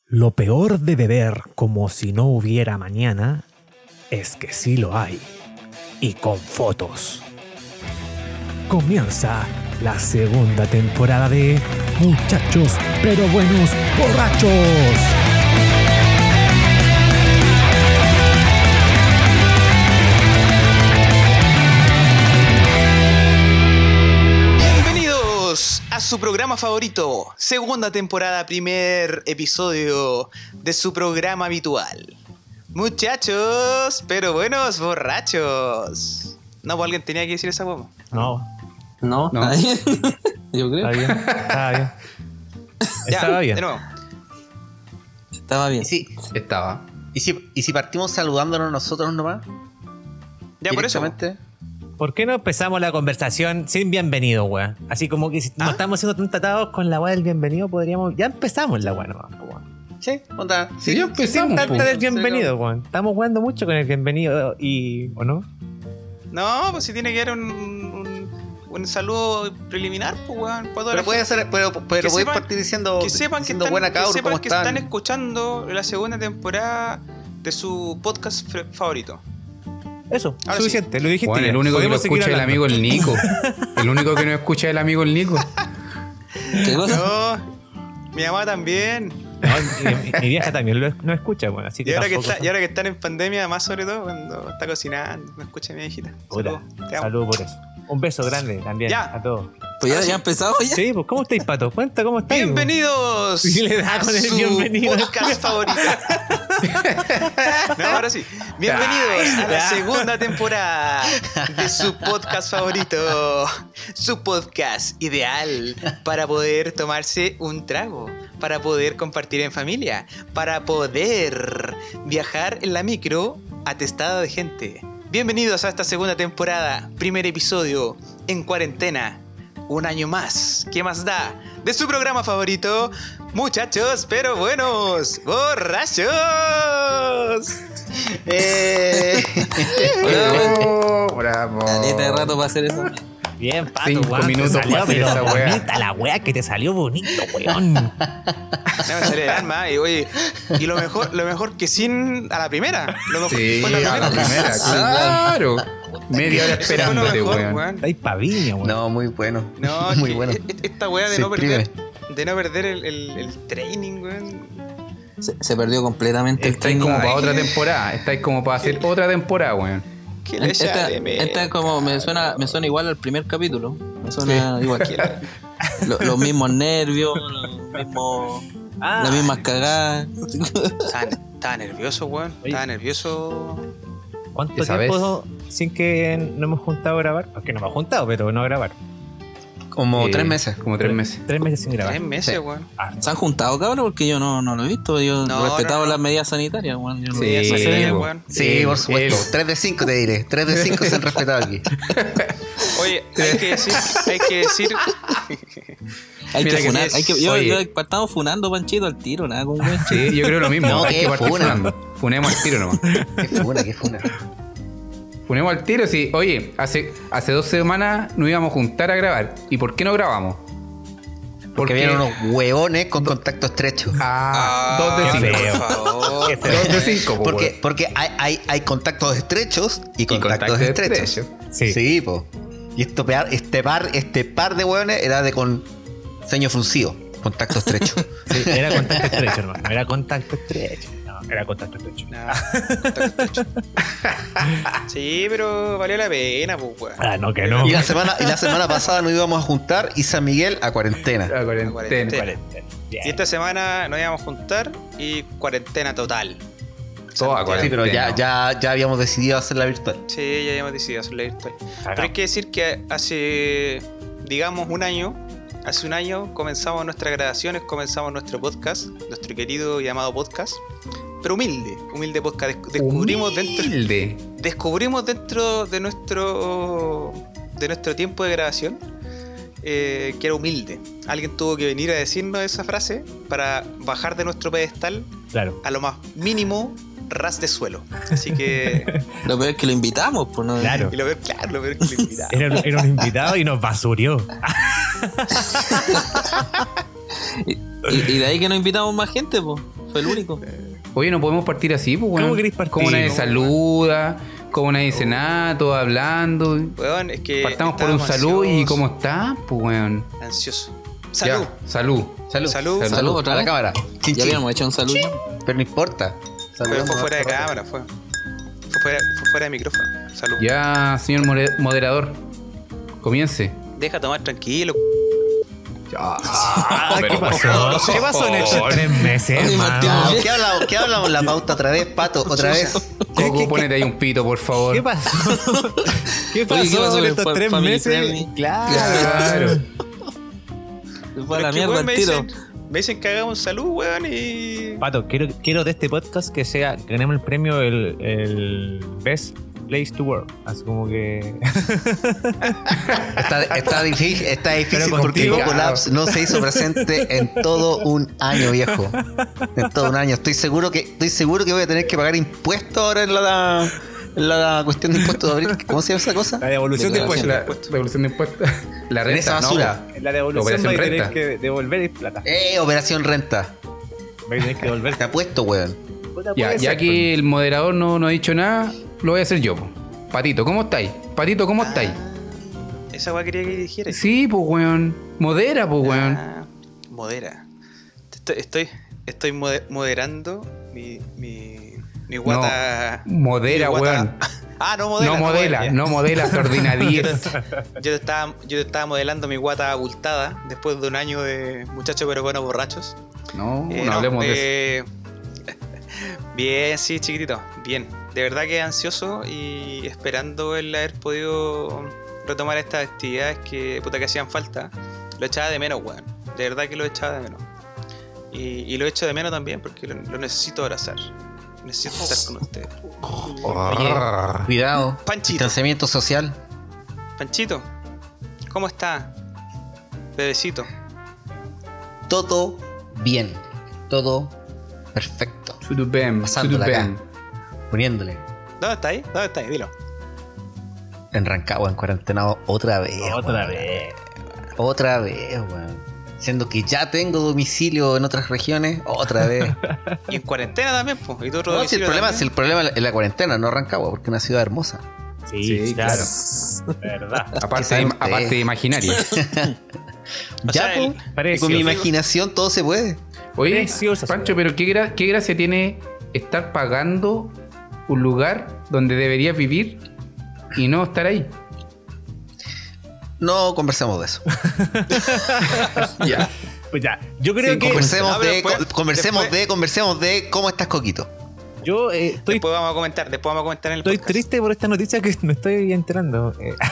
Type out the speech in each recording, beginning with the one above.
Lo peor de beber como si no hubiera mañana es que sí lo hay, y con fotos. Comienza la segunda temporada de Muchachos pero Buenos Borrachos. A su programa favorito, segunda temporada, primer episodio de su programa habitual. Muchachos, pero buenos borrachos. No, pues alguien tenía que decir esa bomba. No. Está bien. Yo creo. Estaba bien. Ya, Estaba bien. de nuevo. Estaba bien. Sí, estaba. ¿Y si partimos saludándonos nosotros nomás? Ya por eso. ¿Por qué no empezamos la conversación sin bienvenido, weón? Así como que si no estamos siendo tan tratados con la weá del bienvenido, podríamos... Ya empezamos la weá nomás, weón. Sí, onda. Sí, ya empezamos. Sin tanta del bienvenido, weón. Estamos jugando mucho con el bienvenido y... ¿O no? No, pues si tiene que haber un saludo preliminar, pues weón. Pero puede ser, pero voy a partir diciendo... Que sepan que están, buena cabra, que sepan ¿cómo que están? están escuchando la segunda temporada de su podcast favorito. Eso, ahora suficiente, sí. lo dijiste. Bueno, el único que lo escucha es el amigo el Nico. El único que no escucha es el amigo el Nico. ¿Qué cosa? No, mi mamá también. No, mi vieja también no escucha, bueno, así que y ahora tampoco... que están en pandemia, más sobre todo cuando está cocinando, me escucha mi viejita. Salud por eso. Un beso grande también a todos. Pues ya empezamos ya. Sí, pues ¿cómo estáis, Pato? Cuenta cómo estáis. Bienvenidos Y le da con el su bienvenido. podcast favorito. No, ahora sí. Bienvenidos a la segunda temporada de su podcast favorito. Su podcast ideal para poder tomarse un trago, para poder compartir en familia, para poder viajar en la micro atestada de gente. Bienvenidos a esta segunda temporada, primer episodio en cuarentena. Un año más, ¿qué más da? De su programa favorito, Muchachos pero Buenos Borrachos. Bravo. Caleta de rato para hacer eso. Bien, Pato, 5 weón, minutos te salió, para hacer pero esa weá. bonita la weá que te salió bonito, weón. No me sale el alma. Y oye, y lo mejor que sin a la primera. Lo mejor Sí, fue a la primera, claro. Media hora Eso fue lo esperándote, mejor, weón. Estáis pa' viña, weón. No, muy bueno. No, muy que bueno. esta weá de Se no perder el training, weón. Se perdió completamente el Estáis training. como para otra temporada. Estáis como para hacer otra temporada, weón. Que le echa de menos. Esta como me suena igual al primer capítulo. Me suena igual. Los mismos nervios, las mismas cagadas. Estaba nervioso, weón. Estaba nervioso. ¿Cuánto Esa tiempo sin que no hemos juntado a grabar? Porque no hemos juntado, pero no a grabar. Como 3 meses. Como 3 meses. 3 meses sin grabar. 3 meses, Sí. weón. ¿Se han juntado, cabrón? Porque yo no lo he visto. Yo No, respetaba no. las medidas sanitarias, weón. Yo no- Sí, Sí, sí, weón. Sí, por supuesto. 3 de 5 te diré. 3 de 5 se han respetado aquí. Oye, hay que decir. Hay Mira que que funar. es- Yo oye. estamos funando Panchito al tiro, nada con weón. Sí, yo creo lo mismo. No, Hay qué que partir funa. funando. Funemos al tiro nomás. Qué funa. Funemos al tiro, sí. Oye, hace 2 semanas nos íbamos a juntar a grabar. ¿Y por qué no grabamos? Porque vienen unos hueones con contacto estrecho. 2 qué de 5. feo. Por favor. Qué feo. 2 de 5, Porque hay contactos estrechos y contactos estrechos. Sí. Sí, po. Y este par de hueones era de con ceño fruncido. Contacto estrecho. Sí, era contacto estrecho, hermano. No era contacto estrecho. No, era contacto estrecho. Nah, contacto estrecho. Sí, pero valió la pena, pues, weón. Ah, no, que no. Y la semana pasada nos íbamos a juntar y San Miguel a cuarentena. La cuarentena. Bien. Y esta semana nos íbamos a juntar y cuarentena total. Toda Sí, cuarentena. pero ya habíamos decidido hacerla virtual. Sí, ya habíamos decidido hacerla virtual. Cagamos. Pero hay que decir que hace, digamos, hace un año comenzamos nuestras grabaciones, comenzamos nuestro podcast, nuestro querido y amado podcast, pero humilde podcast. Descubrimos dentro de nuestro tiempo de grabación que era humilde. Alguien tuvo que venir a decirnos esa frase para bajar de nuestro pedestal Claro. a lo más mínimo ras de suelo. Así que... Lo peor es que lo invitamos, pues no. Claro. Y lo peor, claro, lo peor es que lo invitamos. Era un invitado y nos basurió. Y de ahí que nos invitamos más gente, pues. fue el único. Oye, no podemos partir así, pues, weón. ¿Cómo querés partir? Como nadie ¿Cómo, saluda, como nadie dice nada, todos hablando. Weón, es que Partamos por un estábamos salud y ansiosos, cómo está, pues, weón. Ansioso. Salud. Ya, salud. Salud. ¿Otra a la vez? cámara. Chin, Ya chin. habíamos hecho un saludo. Pero no importa. Pero Saludamos fue fuera de a todos. cámara, fue fuera de micrófono. Salud. Ya, señor moderador, comience. Deja tomar tranquilo. ¿Qué pasó? ¿Qué pasó en estos 3 meses, Oye, hermano? Martín, No, ¿qué hablamos la pauta otra vez, Pato? Otra vez. Coco, ponete ahí un pito, por favor. ¿Qué pasó? ¿Qué Oye, ¿qué pasó pasó en con estos 3 Family meses? Friendly? Claro. Se fue a Pero la es que, mierda weón, el tiro. me dicen que hagamos salud, weón, y... Pato, quiero de este podcast que sea, ganemos el premio el Best Place to Work. Así como que. Está difícil Pero porque contigo- Coco Labs no se hizo presente en todo un año, viejo. En todo un año. Estoy seguro que voy a tener que pagar impuestos ahora en la cuestión de impuestos de abril. ¿Cómo se llama esa cosa? La devolución de Declaración. impuestos. La devolución de impuestos. La En renta, esa basura. no, La devolución Operación va a tener renta. que devolver plata. Operación Renta. Va a tener que devolver. Te apuesto, weón. Ya que el moderador no ha dicho nada, lo voy a hacer yo, po. Patito, ¿cómo estáis? Patito, ¿cómo estáis? Esa weá quería que dijera. Sí, pues, weón. Modera, pues, weón. Modera. Estoy moderando mi guata. Modera, mi guata- weón. No modela. No modela, ya. no modela, ordinadíes. Yo te estaba modelando mi guata abultada después de un año de muchachos peruanos borrachos. No, no hablemos de eso. Bien, sí, chiquitito. Bien. De verdad que ansioso y esperando el haber podido retomar estas actividades que puta que hacían falta. Lo echaba de menos, weón. De verdad que lo echaba de menos. Y lo echo de menos también porque lo necesito abrazar. Necesito estar con ustedes. Cuidado. Panchito. Distanciamiento social. Panchito, ¿cómo está? Bebecito. Todo bien. Todo perfecto. Chudubem, Pasándola acá. chudubem. Poniéndole. ¿Dónde está ahí? ¿Dónde está ahí? Dilo. En Rancagua, en cuarentenado otra vez. Otra weón. vez. Otra vez, weón. Siendo que ya tengo domicilio en otras regiones, otra vez. Y en cuarentena también, pues. Y tú otro No, si el domicilio problema también. es la cuarentena, no Rancagua, porque es una ciudad hermosa. Sí, Sí, claro. Verdad. Aparte de imaginaria. O Ya, sea, po, el- que Precioso. con mi imaginación todo se puede. Oye, Preciosa Pancho, ciudad. pero qué gracia tiene estar pagando un lugar donde deberías vivir y no estar ahí. No conversemos de eso. Ya. Pues ya, yo creo Sí, que Conversemos, No, pero de, después- conversemos de cómo estás, Coquito. yo estoy Después vamos a comentar en el Estoy podcast. triste por esta noticia que me estoy enterando.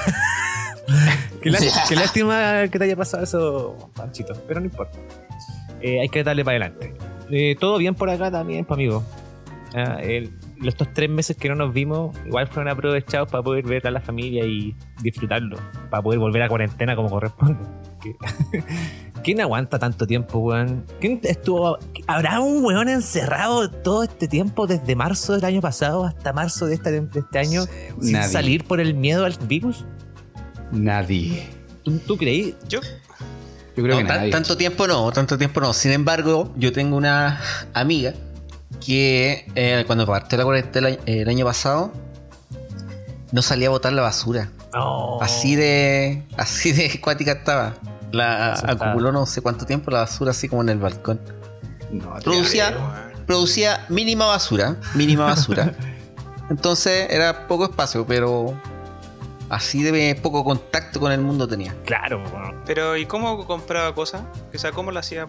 Qué lástima que te haya pasado eso, Panchito, pero no importa. Hay que darle para adelante. Todo bien por acá también, pues, amigo. Estos 3 meses que no nos vimos, igual fueron aprovechados para poder ver a la familia y disfrutarlo, para poder volver a cuarentena como corresponde. ¿Quién aguanta tanto tiempo, weón? ¿Quién estuvo? ¿Habrá un weón encerrado todo este tiempo, desde marzo del año pasado hasta marzo de este año, sin Nadie. salir por el miedo al virus? Nadie. ¿Tú creí? Yo, Yo creo No, que nadie. tanto tiempo no. Sin embargo, yo tengo una amiga que cuando partió la cuarentena el año pasado, no salía a botar la basura. No. Así de cuática estaba. Eso está. Acumuló no sé cuánto tiempo la basura así como en el balcón. No, Producía mínima basura. Entonces era poco espacio, pero así de poco contacto con el mundo tenía. Claro, weón. pero ¿y cómo compraba cosas? O sea, ¿cómo lo hacía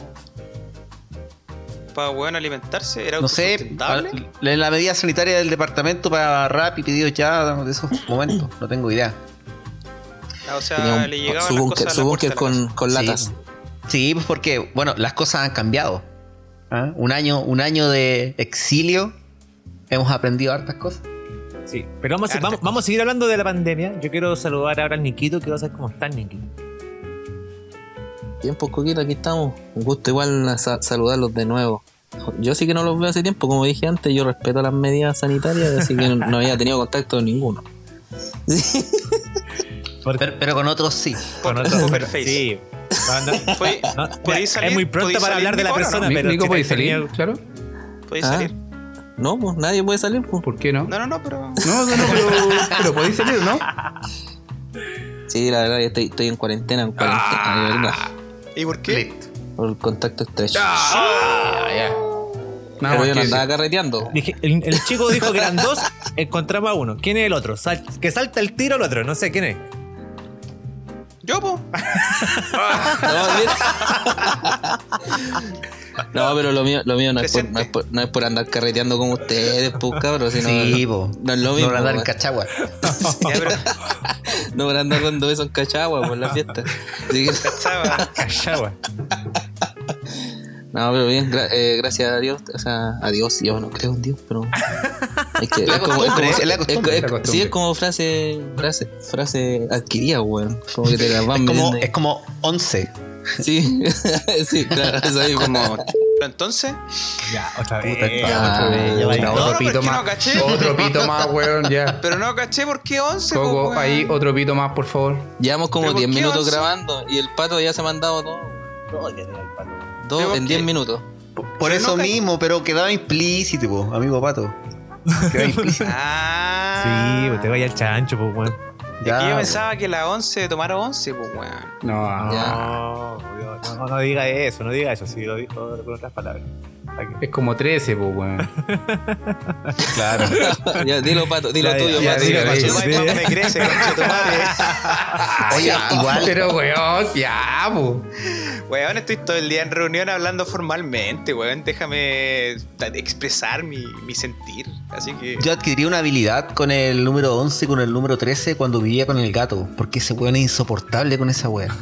para weón alimentarse? ¿Era No sé, autosustentable? en la medida sanitaria del departamento para rap y pedidos ya de esos momentos, no tengo idea. O sea, Tenía le llegaban su las búnker, cosas a su la búnker puerta de la casa. con latas. Sí. Sí, pues porque, bueno, las cosas han cambiado. ¿Ah? Un año de exilio, hemos aprendido hartas cosas. Sí, pero vamos a seguir hablando de la pandemia. Yo quiero saludar ahora al Niquito, quiero saber cómo está el Niquito. Tiempo, Coquito, aquí estamos. Un gusto igual saludarlos de nuevo. Yo sí que no los veo hace tiempo, como dije antes, yo respeto las medidas sanitarias, así que no había tenido contacto con ninguno. Sí. Pero con otros sí. Con otro Pokerface. Sí. ¿Podéis salir? es muy pronto ¿Podéis para salir, hablar de la Nico, o no? persona, pero Nico, si ¿puedes tenía- salir? Claro. ¿Podéis salir? No, pues nadie puede salir, pues. ¿Por qué no? No, pero... pero podéis salir, ¿no? Sí, la verdad, yo estoy en cuarentena, de verdad. ¿Y por qué? Listo. Por el contacto estrecho. Ya. Nada Pero más yo no que andaba decir. carreteando. Dije, el chico dijo que eran dos, encontramos a uno. ¿Quién es el otro? Que salta el tiro el otro, no sé quién es. Yo, po. No, pero lo mío no es, Presente. no es por andar carreteando como ustedes, pues cabros, sino Sí, po. no es lo mismo. No andar en weón. Cachagua. Ya, pero... No por andar con besos en Cachagua por la fiesta. Así que- Cachaba. Cachagua. no, pero bien, gracias a Dios. O sea, a Dios, yo no creo en Dios, pero. Hay que, La costumbre, es la costumbre. La costumbre. Sí, es como frase adquirida, weón. Como que te la van metiendo ahí. Es como 11. Sí, sí, claro, eso ahí como. Pero entonces... Ya, otra vez. Puta, otra vez. Ya va a ir. No, Otro pero pito es que más. no caché. Otro pito más, weón, ya. Pero no caché por qué 11, po, Coco, weón. ahí otro pito más, por favor. Llevamos como ¿Pero por 10 qué minutos 11? grabando y el pato ya se ha mandado todo. ¿Pero Dos por en qué? 10 minutos. Por Pero eso no mismo, pero quedaba implícito, po, amigo Pato. Quedaba implícito. Ah. Sí, pues te vaya al chancho, pues, weón. Es que yo pensaba que la 11 tomara 11, pues, weón. No, No diga eso, no diga eso. Sí, lo dijo con otras palabras. es como 13, pues, weón. Claro. Ya, dilo, pato, dilo Ya, tuyo, ya, pato. diga, Dilo, diga. pato. Tu madre más me crece, concha tu madre. Oye, igual. Pero, weón, ya, pues. Weón, estoy todo el día en reunión hablando formalmente, weón. Déjame expresar mi sentir. Así que... Yo adquirí una habilidad con el número 11 y con el número 13 cuando vivía con el gato. Porque ese weón es insoportable con esa weá.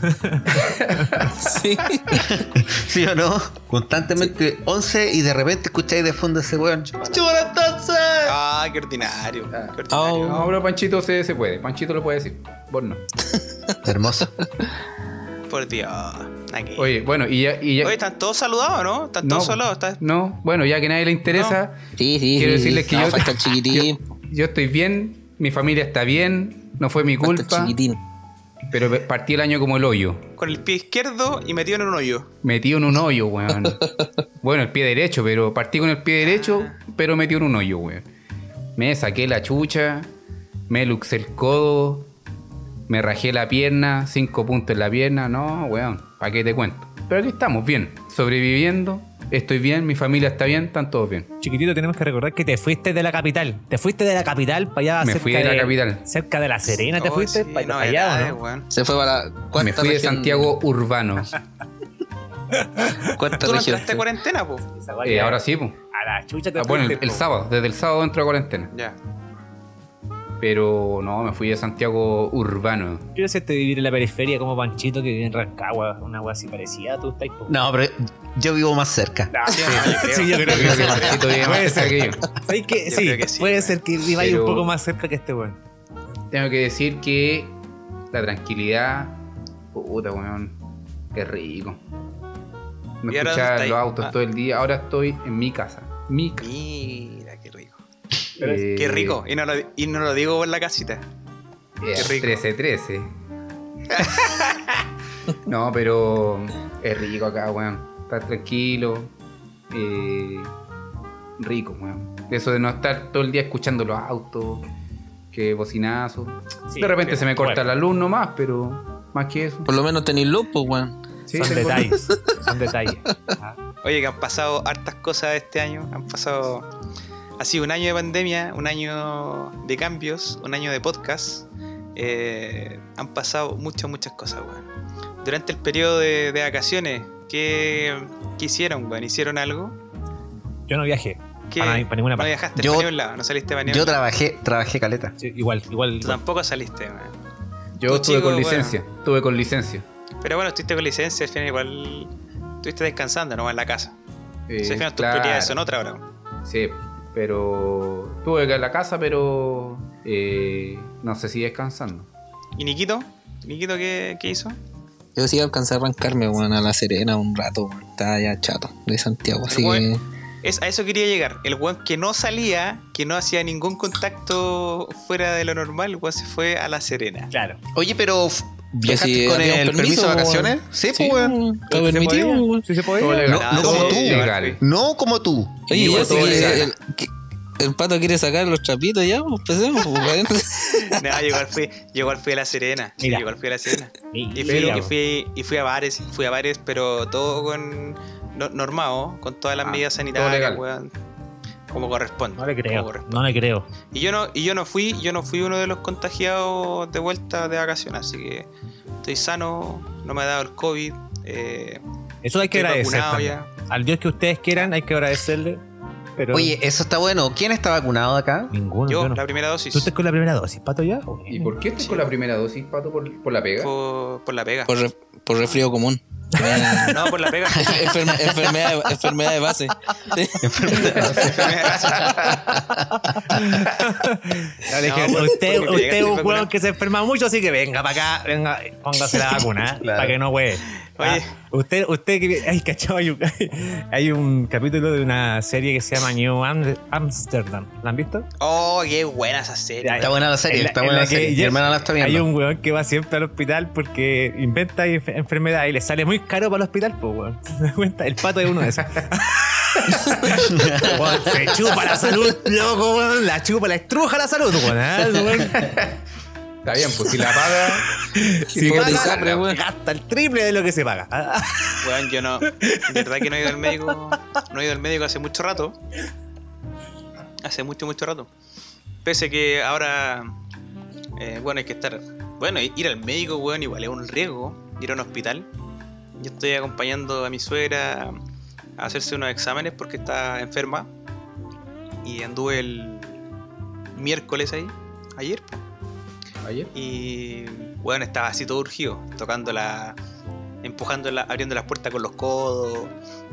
Sí. ¿Sí o no? Constantemente 11 y de repente escucháis de fondo ese weón. ¡Chúpala entonces! Ah, qué ordinario. Qué ordinario. Oh. No, pero Panchito se puede. Panchito lo puede decir. Vos no. Hermoso. Por Dios. Aquí. Oye, bueno, y ya. Oye, ¿están todos saludados, no? ¿Están todos saludados? No, bueno, ya que a nadie le interesa, Sí, sí. quiero sí, decirles sí. que No, yo, falta el chiquitín. yo estoy bien, mi familia está bien, no fue mi Falta el culpa, chiquitín. pero partí el año como el hoyo. Con el pie izquierdo y metido en un hoyo. Metido en un hoyo, weón. Bueno, el pie derecho, pero partí con el pie derecho, pero metido en un hoyo, weón. Me saqué la chucha, me luxé el codo, me rajé la pierna, 5 puntos en la pierna. No, weón, ¿para qué te cuento? Pero aquí estamos, bien, sobreviviendo, estoy bien, mi familia está bien, están todos bien. Chiquitito, tenemos que recordar que te fuiste de la capital. Te fuiste de la capital para allá. Me cerca fui de la capital. Cerca de La Serena, ¿te Oh, fuiste? sí, para no, allá, ¿o era, no? weón. Se fue para la Me cuarta fui de región. Santiago urbano. Cuarta ¿Tú no región. entraste a cuarentena, po? Esa guaya, Ahora sí, pues. A la chucha te Bueno, fuiste, el po. sábado, desde el sábado entro a cuarentena. Ya. Pero no, me fui de Santiago urbano. Quiero hacerte vivir en la periferia como Panchito que vive en Rancagua, una wea así parecida. Tú estás po. No, pero yo vivo más cerca. Sí, yo creo. Sí, yo creo que Creo sí. que Panchito vive más Puede cerca ser. que yo. ¿Sabes qué? Yo Sí, creo que sí, puede weón. ser que viváis Pero- un poco más cerca que este weón. Tengo que decir que la tranquilidad, puta, weón, es rico. No ¿Y ahora dónde escuchar estáis? los autos Ah. todo el día. Ahora estoy en mi casa. Mi casa. Mira, qué rico. Eh, Qué rico. Y no lo digo por la casita. Qué rico. 13-13. No, pero es rico acá, weón. Estar tranquilo. Rico, weón. Eso de no estar todo el día escuchando los autos, que bocinazo. Sí, De repente que- se me corta bueno. la luz nomás, pero más que eso. Por lo menos tenéis luz, pues, weón. Sí, Son tengo- detalles. Son detalles. Ajá. Oye, que han pasado hartas cosas este año. Ha sido un año de pandemia, un año de cambios, un año de podcast. Han pasado muchas cosas, weón. Durante el periodo de vacaciones, ¿qué hicieron, weón? ¿Hicieron algo? Yo no viajé. ¿Qué? Para ninguna No parte. viajaste Yo- para ningún lado, no saliste para ningún Yo lado. trabajé caleta. Sí, igual. Tú tampoco saliste, weón. Yo Tú, estuve chico, con licencia. Estuve con licencia. Pero bueno, estuviste con licencia, al final igual estuviste descansando, ¿no? En la casa. Si al final tus Claro. prioridades son otras ahora. Sí, pero estuve acá en la casa, pero no sé si descansando. ¿Y Niquito? ¿Niquito qué hizo? Yo sí alcancé a arrancarme, weón, a La Serena un rato, weón. Estaba ya chato de Santiago, así weón- que. A eso quería llegar. El weón que no salía, que no hacía ningún contacto fuera de lo normal, el weón se fue a La Serena. Claro. Oye, pero ¿Viajaste con había un el permiso de vacaciones? Sí, pues, weón. Está permitido, weón. Sí se podía. Todo legal. No como tú. Legal. No como tú. Oye, Digo, ya todo legal. el pato quiere sacar los trapitos ya, pues empecemos. Pues, adentro. No, yo igual fui a La Serena. Sí, Mira. igual fui a La Serena. Mira, Y fui a bares, pero todo con normado, con todas las medidas todo sanitarias, legal. weón, como corresponde. No le como creo. corresponde. No le creo. Y yo no fui uno de los contagiados de vuelta de vacaciones, así que estoy sano, no me ha dado el COVID. Eso hay que Estoy agradecer vacunado también. ya. Al Dios que ustedes quieran hay que agradecerle. Pero Oye, eso está bueno. ¿Quién está vacunado acá? ninguno. Yo, no. la primera dosis. ¿Tú estás con la primera dosis, Pato, ya? ¿Y por qué estás con la primera dosis, Pato, por la pega? Por la pega. Por resfrío común. No, por la pega. Enfermedad de base. Ya le dije, No, usted porque es un vacunado. weón que se enferma mucho, así que venga para acá, venga, póngase la vacuna, Claro. para que no hueve. Oye. Usted que... Ay, cachado, hay un capítulo de una serie que se llama New Amsterdam. ¿La han visto? Oh, qué buena esa serie. Ya, Está buena la serie, En está en buena la que serie. Mi ya- hermana la está viendo. Hay un weón que va siempre al hospital porque inventa enfermedad y le sale muy caro para el hospital, pues weón. ¿Se da cuenta? El Pato es uno de esos. Weón, se chupa la salud, loco, weón. La chupa, la estruja la salud, weón. Weón. Está bien, pues si la paga. Si paga, paga, Isapre, weón. gasta el triple de lo que se paga. Weón, yo no. De verdad que no he ido al médico. No he ido al médico hace mucho rato. Hace mucho rato. Pese que ahora. Bueno, hay que estar. Bueno, ir al médico, weón, igual es un riesgo. Ir a un hospital. Yo estoy acompañando a mi suegra a hacerse unos exámenes porque está enferma. Y anduve el miércoles ahí. Ayer. Ayer. Y bueno, estaba así todo urgido, abriendo las puertas con los codos,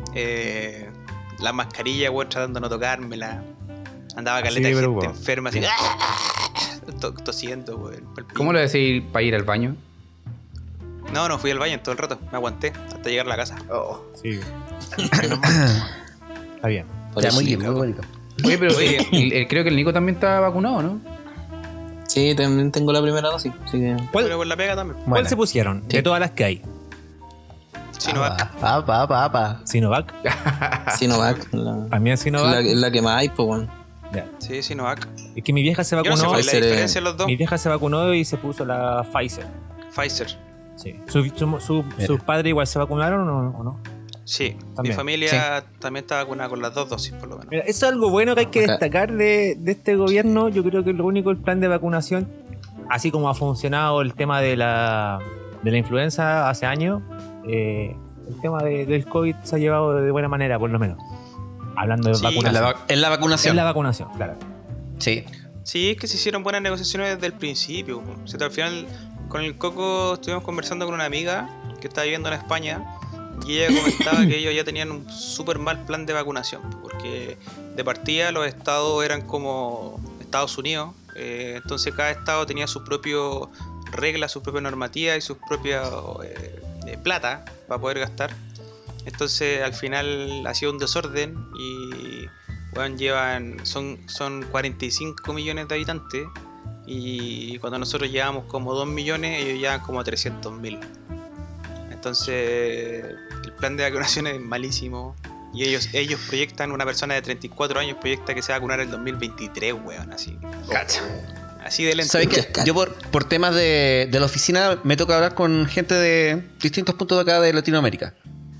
la mascarilla, weón, tratando de no tocármela. Andaba caleta de pero, gente weón. enferma, así, tosiendo, weón. pa'l pico. ¿Cómo le decís para ir al baño? No fui al baño todo el rato, me aguanté hasta llegar a la casa. Sí. Está bien. Ya, muy bien, muy bonito. Oye, pero Oye. creo que el Nico también está vacunado, ¿no? Sí, también tengo la primera dosis. Así que... ¿Cuál, Pero por la pega también. cuál se pusieron? De todas las que hay. Sinovac. Sinovac. Sinovac. La, También Sinovac. la que más hay, pues, bueno. Ya. Sí, Sinovac. Es que mi vieja se Yo no sé vacunó. cuál es la Pfizer, diferencia de los dos. Mi vieja se vacunó y se puso la Pfizer. Pfizer. Sí. ¿Sus padres igual se vacunaron o no? Sí, También. mi familia también está vacunada con las 2 dosis, por lo menos. Mira, eso es algo bueno que hay que Acá. destacar de este gobierno. Yo creo que lo único, el plan de vacunación, así como ha funcionado el tema de la influenza hace años, el tema del COVID se ha llevado de buena manera, por lo menos. Hablando de Sí, vacunación. En la vacunación. Es la vacunación, claro. Sí. Sí, es que se hicieron buenas negociaciones desde el principio. O sea, al final, con el Coco estuvimos conversando con una amiga que está viviendo en España y ella comentaba que ellos ya tenían un súper mal plan de vacunación, porque de partida los estados eran como Estados Unidos, entonces cada estado tenía su propio regla, su propia normativa y sus propias plata para poder gastar. Entonces al final ha sido un desorden y bueno, son 45 millones de habitantes y cuando nosotros llevamos como 2 millones, ellos llevan como 300.000. Entonces el plan de vacunación es malísimo y ellos proyectan, una persona de 34 años proyecta que se va a vacunar el 2023, weón, así. Cacha. Así de lento. ¿Sabes qué? Yo por temas de la oficina me toca hablar con gente de distintos puntos de acá de Latinoamérica.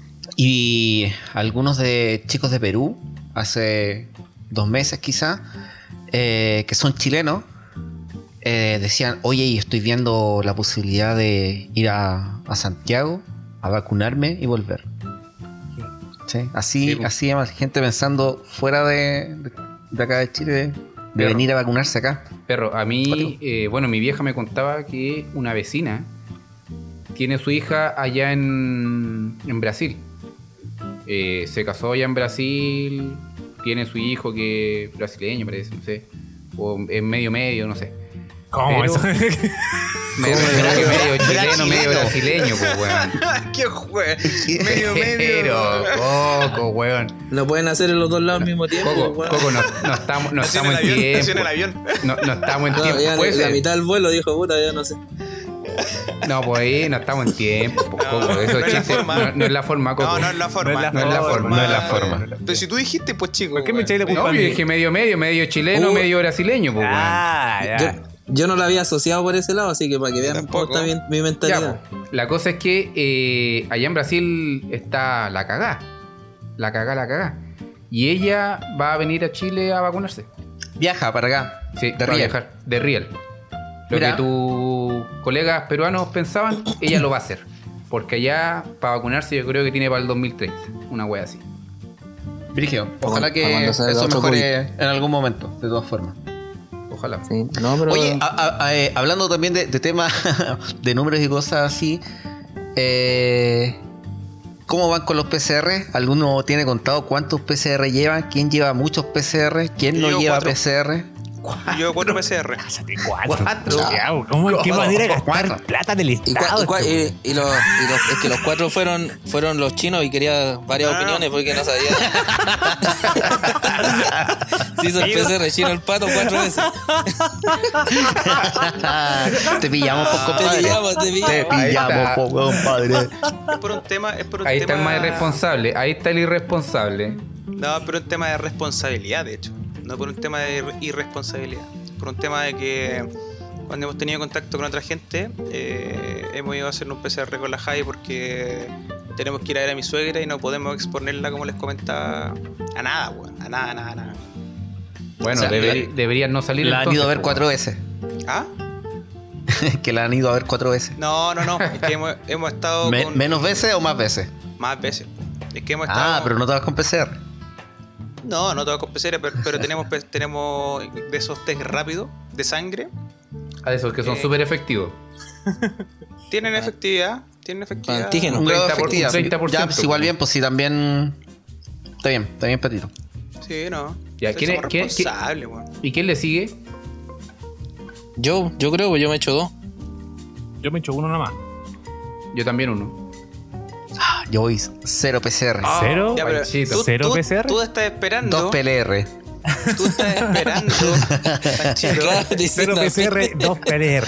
Y algunos de chicos de Perú, hace 2 meses quizá, que son chilenos, decían, oye, y estoy viendo la posibilidad de ir a Santiago a vacunarme y volver. ¿Sí? Así hay más gente pensando fuera de acá de Chile, de Perro. venir a vacunarse acá. Perro, a mí, bueno, mi vieja me contaba que una vecina tiene su hija allá en Brasil. Se casó allá en Brasil, tiene su hijo que es brasileño, parece, no sé. O es medio, no sé. ¿Cómo Pero- eso? Me refiero a que medio chileno, medio brasileño, pues, weón. ¡Qué juego! Medio. Pero, Coco, weón. Lo pueden hacer en los dos lados al mismo tiempo. Coco, weón. Coco, no estamos Nació en en el avión, nació en tiempo. el avión. No estamos en No, tiempo. ya Puede la ser. mitad del vuelo dijo, puta, ya no sé. No, pues ahí no estamos en tiempo. Pues, No, ¿cómo? Eso no es la chiste, forma. no es la forma, Coco. No, no es la forma. No es la forma, no es la forma. Pero si tú dijiste, pues chico. ¿Por qué me weón. echáis la culpa No, a yo mí? dije medio chileno, medio brasileño, pues, weón. Ah, ya. Yo no la había asociado por ese lado, así que para que vean cómo Tampoco. está mi Ya, mentalidad. po. La cosa es que allá en Brasil está la cagá. La cagá. Y ella va a venir a Chile a vacunarse. Viaja para acá. Sí, De va a Riel. viajar. De Riel. Lo Mira. que tus colegas peruanos pensaban, ella lo va a hacer. Porque allá, para vacunarse, yo creo que tiene para el 2030. Una wea así. Brigio. Ojalá Para que cuando salga eso otro mejore en algún momento, de todas formas. Ojalá. Sí, no, pero Oye, hablando también de temas de números y cosas así, ¿cómo van con los PCR? ¿Alguno tiene contado cuántos PCR llevan? ¿Quién lleva muchos PCR? ¿Quién no Yo lleva 4. PCR? Yo 4 PCR. Pásate 4. Cuatro. ¿Cómo? ¿Qué manera de gastar Cuatro. plata del Estado? es que los 4 fueron los chinos y quería varias opiniones porque no sabía. Se hizo el PCR chino el pato 4 veces. Te pillamos, po, Te compadre. pillamos. Te pillamos, po, compadre. Es por un tema. Ahí está el más irresponsable. Ahí está el irresponsable. No, pero un tema de responsabilidad, de hecho. No por un tema de irresponsabilidad. Por un tema de que cuando hemos tenido contacto con otra gente, hemos ido a hacer un PCR con la Javi porque tenemos que ir a ver a mi suegra y no podemos exponerla, como les comentaba, a nada, weón. A nada. Bueno, O sea, deberían no salir La han entonces, ido a ver po, 4 veces. ¿Ah? Que la han ido a ver 4 veces. No. Es que hemos estado con ¿Menos veces o más veces? más veces. Es que hemos estado. Ah, pero no todas con PCR. No todo con PCR, pero tenemos de esos test rápidos de sangre. A esos que son súper efectivos. Tienen efectividad. Para antígenos. Un grado de 30%, efectividad. 30%, Ya, pues igual bien, pues sí, también. Está bien, Patito. Sí, no. Ya, Sí, ¿quién somos es- quién- responsables, weón. ¿Y quién le sigue? Yo creo que yo me he hecho 2. Yo me echo uno nomás. Yo también uno. Yo voy 0 PCR. ¿Cero? Ya, pero Panchito. ¿Cero PCR? Tú estás esperando. 2 PLR. Tú estás esperando. Panchito, Cero PCR, 2 PLR.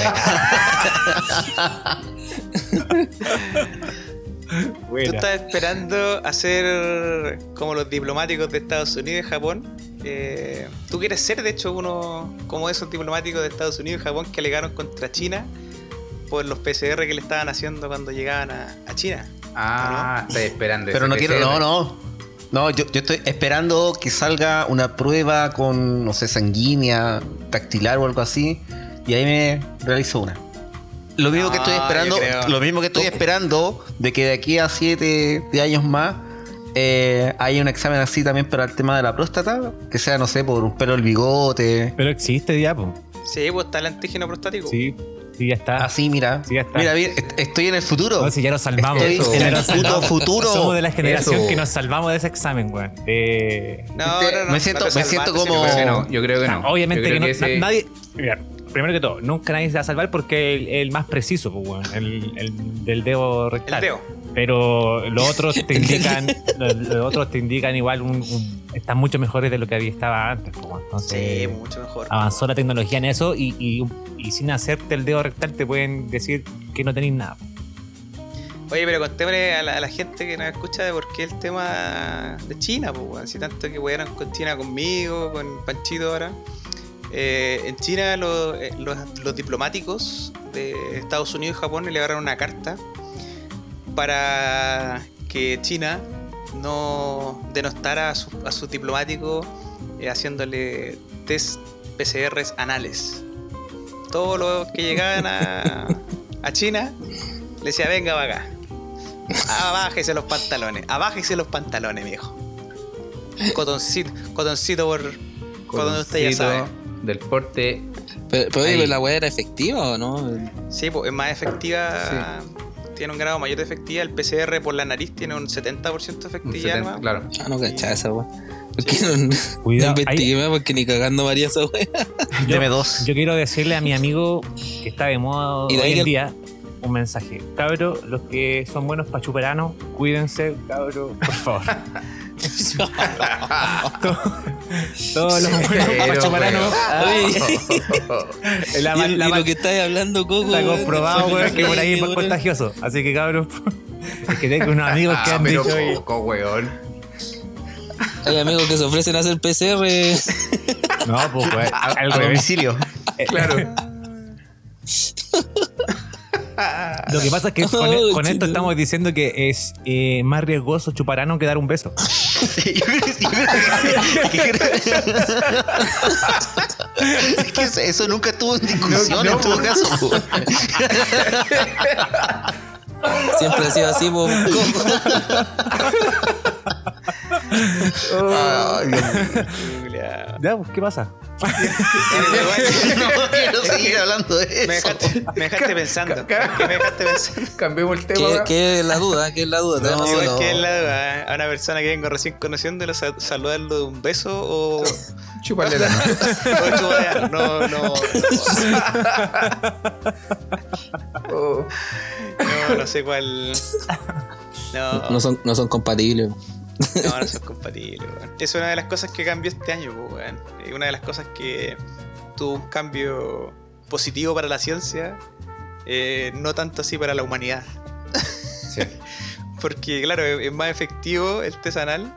tú Buena. estás esperando hacer como los diplomáticos de Estados Unidos y Japón. Tú quieres ser, de hecho, uno como esos diplomáticos de Estados Unidos y Japón que alegaron contra China por los PCR que le estaban haciendo cuando llegaban a China. Ah, estoy esperando. Pero ese no quiero. PCR. No, yo estoy esperando que salga una prueba con, no sé, sanguínea, dactilar o algo así. Y ahí me realizo una. Lo mismo que estoy No, esperando. yo creo. Lo mismo que estoy esperando de que de aquí a 7 años más hay un examen así también para el tema de la próstata. Que sea, no sé, por un pelo del bigote. Pero existe ya, po. Sí, pues está el antígeno prostático. Sí, ya está. Así, mira. Sí, ya está. Mira, estoy en el futuro. No, si ya nos salvamos. Estoy Eso. en Ya el nos salvamos. futuro. Somos de la generación Eso. que nos salvamos de ese examen, weón. No, Me siento te salvaste, como- sino que- Yo creo que no. Obviamente Yo creo que, no, ese- nadie. Mira, primero que todo, nunca nadie se va a salvar porque el más preciso, pues, weón, el del dedo rectal. El dedo. Pero los otros te indican, los otros te indican igual están mucho mejores de lo que estaba antes, pues, weón. Entonces, Sí, mucho mejor. avanzó la tecnología en eso y sin hacerte el dedo rectal te pueden decir que no tenéis nada. Oye, pero contémosle a la gente que nos escucha de por qué el tema de China, pues, weón. Si tanto que wearon con China conmigo, con Panchito ahora. En China los diplomáticos de Estados Unidos y Japón le agarraron una carta para que China no denostara a sus diplomáticos haciéndole test PCRs anales. Todos los que llegaban a China le decía, venga para acá. Abájese los pantalones, viejo. Cotoncito por donde usted ya sabe. Del porte. Pero Ahí. oye, ¿la weá era efectiva o no? Sí, pues es más efectiva. Tiene un grado mayor de efectividad. El PCR por la nariz tiene un 70% de un efectividad. 70, ¿no? claro. Ah, no cachaba esa weá. ¿Por qué no Cuidado, investigué más? Porque ni cagando María esa weá. Deme 2. Yo quiero decirle a mi amigo que está de moda Y de hoy ahí en que- día un mensaje. Cabros, los que son buenos para chuperanos, cuídense, cabros, por favor. Todos los buenos chuparanos. Y lo que estás hablando, Coco. Está comprobado, weón, que por ahí es más contagioso. Así que, cabrón, es que tengo unos amigos que han pero dicho. poco, weón. Hay amigos que se ofrecen a hacer PCR. No, pues, weón, al A revés. domicilio. Claro. Lo que pasa es que con Oh, esto chico. estamos diciendo que es más riesgoso chuparano que dar un beso. Sí, yo creo es que eso nunca estuvo en discusión No, en todo caso. Po. Siempre ha sido así, po, Coco. Ay, Dios mío. Ya, pues, ¿qué pasa? No quiero seguir hablando de Me eso. dejaste pensando. ¿Qué me dejaste pensando? Cambiemos el tema. ¿Qué es la duda? ¿Qué es la duda? No, Tenemos- Igual que a una persona que vengo recién conociendo, saludarlo de un beso o Chúpale la mano. chupadear. No sé cuál. No son compatibles. No son compatibles, weón. Es una de las cosas que cambió este año, weón. Es una de las cosas que tuvo un cambio positivo para la ciencia, no tanto así para la humanidad. Sí. Porque, claro, es más efectivo el artesanal,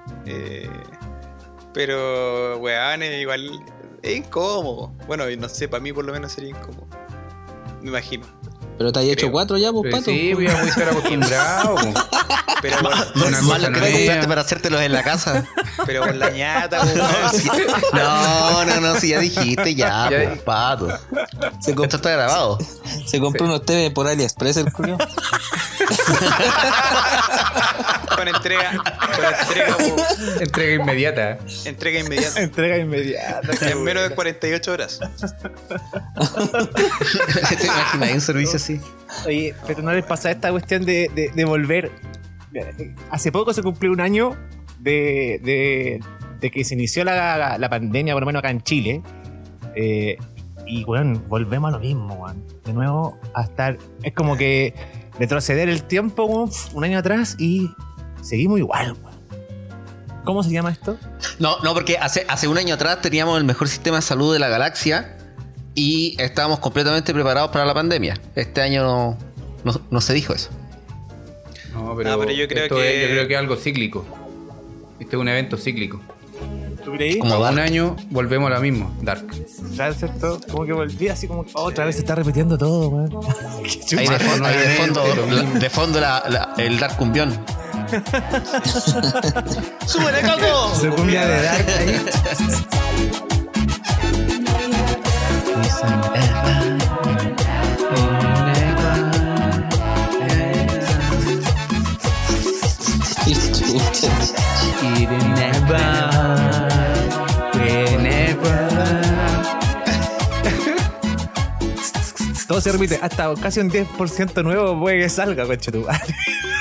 pero, weón, igual es incómodo. Bueno, no sé, para mí por lo menos sería incómodo. Me imagino. Pero te has hecho Creo. 4 ya, pues, Pero pato. sí, voy a estar acostumbrado. po. Pero Una Más cosa lo que te compraste nueva. para hacértelos en la casa. pero con la ñata, weón. No, si ya dijiste, ya, Ya- pues, pato. Se, Esto está grabado. se compró unos TV por AliExpress, el culo. Con entrega, po, Entrega inmediata. entrega inmediata. Entrega inmediata. En menos de 48 horas. ¿Te imaginas un servicio así? Oye, pero no les pasa esta cuestión de volver. Hace poco se cumplió un año de que se inició la pandemia, por lo menos acá en Chile. Y, bueno, volvemos a lo mismo, weón. De nuevo, a estar. Es como que retroceder el tiempo, weón, un año atrás y seguimos igual, weón. ¿Cómo se llama esto? No, porque hace un año atrás teníamos el mejor sistema de salud de la galaxia y estábamos completamente preparados para la pandemia. Este año no se dijo eso. No, pero, No, pero yo creo que- yo creo que es algo cíclico. Este es un evento cíclico. ¿Tú creí? Como Cada un Dark. año volvemos a lo mismo, Dark. Claro, ¿cierto? Como que volví así como otra vez se está repitiendo todo, weón. Qué Ahí de chucha. fondo, nuevamente, de fondo el Dark Cumbión. ¡Súbele, Coco! Se cumbia de Dark ahí. Todo se repite, hasta casi un 10% nuevo puede que salga, concha tu madre.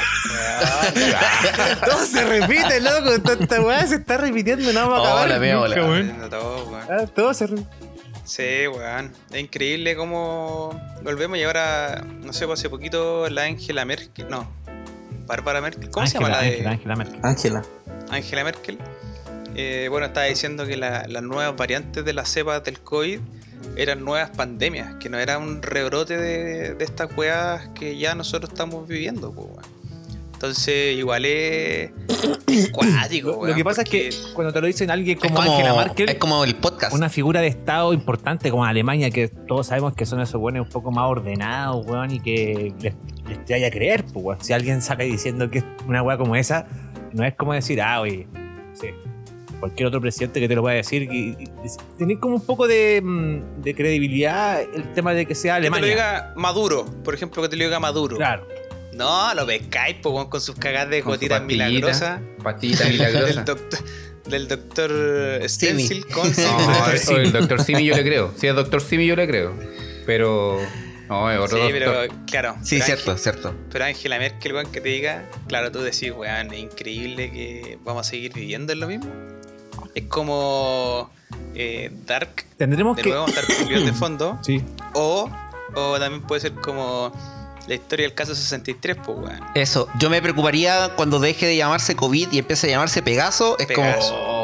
Todo se repite, loco. Esta weá se está repitiendo, no vamos a acabar. Hola, veo, nunca, hola. weón. Todo, weón. Todo se repite. Sí, weón. Es increíble cómo volvemos y ahora, no sé, pues hace poquito la Angela Merkel. No, Bárbara Merkel. ¿Cómo se llama la de Angela Merkel. Ángela. Angela Merkel? Bueno, estaba diciendo que las nuevas variantes de las cepas del COVID eran nuevas pandemias, que no era un rebrote de estas weas que ya nosotros estamos viviendo, pues, weón. Entonces, igual es cuático, Lo weón. que pasa porque- es que cuando te lo dicen alguien Es como Angela Merkel, es como el podcast. una figura de Estado importante como Alemania, que todos sabemos que son esos buenos un poco más ordenados, weón, y que les te vaya a creer, pues, weón. Si alguien saca diciendo que es una weá como esa, no es como decir, oye, sí, cualquier otro presidente que te lo pueda decir. Tener como un poco de credibilidad el tema de que sea Que te lo Alemania. diga Maduro, por ejemplo, que te lo diga Maduro. Claro. No, lo pescáis, pues, weón, con sus cagadas de Con su gotitas milagrosas. Pastillita milagrosa. Del doctor Stencil con No, el doctor Simi yo le creo. Si es doctor Simi yo le creo. Pero. No, es otro Sí, doctor. pero claro. Sí, pero cierto, Ángel- cierto. Pero Angela Merkel, weón, que te diga, claro, tú decís, weón, es increíble que vamos a seguir viviendo en lo mismo. Es como Dark, Tendremos de que. nuevo, Dark Cumbión de fondo. Sí. O también puede ser como la historia del caso 63, pues, weón. Eso, yo me preocuparía cuando deje de llamarse COVID y empiece a llamarse Pegaso. Es Pegaso. como.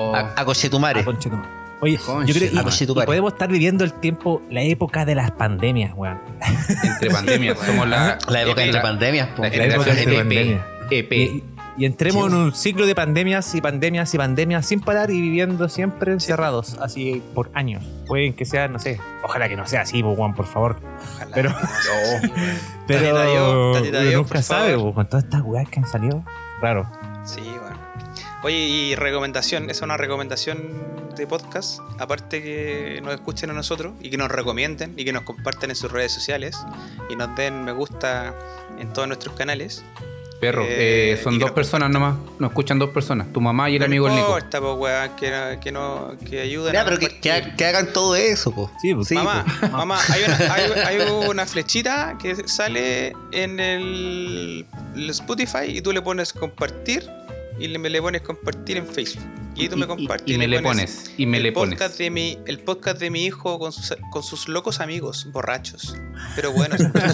A Cochetumare. Ah, conchetumare. Oye, Conche, yo creo a que conchetumare. podemos estar viviendo el tiempo, la época de las pandemias, weón. Entre pandemias. Somos la época entre pandemias, po. La La época generación entre EP. pandemias. EP. Y entremos en un ciclo de pandemias y pandemias y pandemias sin parar y viviendo siempre encerrados, así por años. Pueden que sea, no sé, ojalá que no sea así, Juan, por favor. Ojalá. Pero, pero Tatita Dios, Tatita uno Dios, nunca por sabe, favor. con todas estas weas que han salido. Raro. Sí, bueno. Oye, y recomendación, esa es una recomendación de podcast, aparte que nos escuchen a nosotros y que nos recomienden y que nos compartan en sus redes sociales y nos den me gusta en todos nuestros canales. Perro, son y dos que personas nomás. Nos escuchan dos personas. Tu mamá y el amigo el Nico. importa, po, weón, que ayuden Ya, a pero compartir. que hagan todo eso, po. Sí, pues, Mamá, hay una flechita que sale en el Spotify y tú le pones compartir y le pones compartir en Facebook. Y tú me compartes. Y me le pones. Y me le pones. El podcast de mi hijo con sus locos amigos, borrachos. Pero bueno,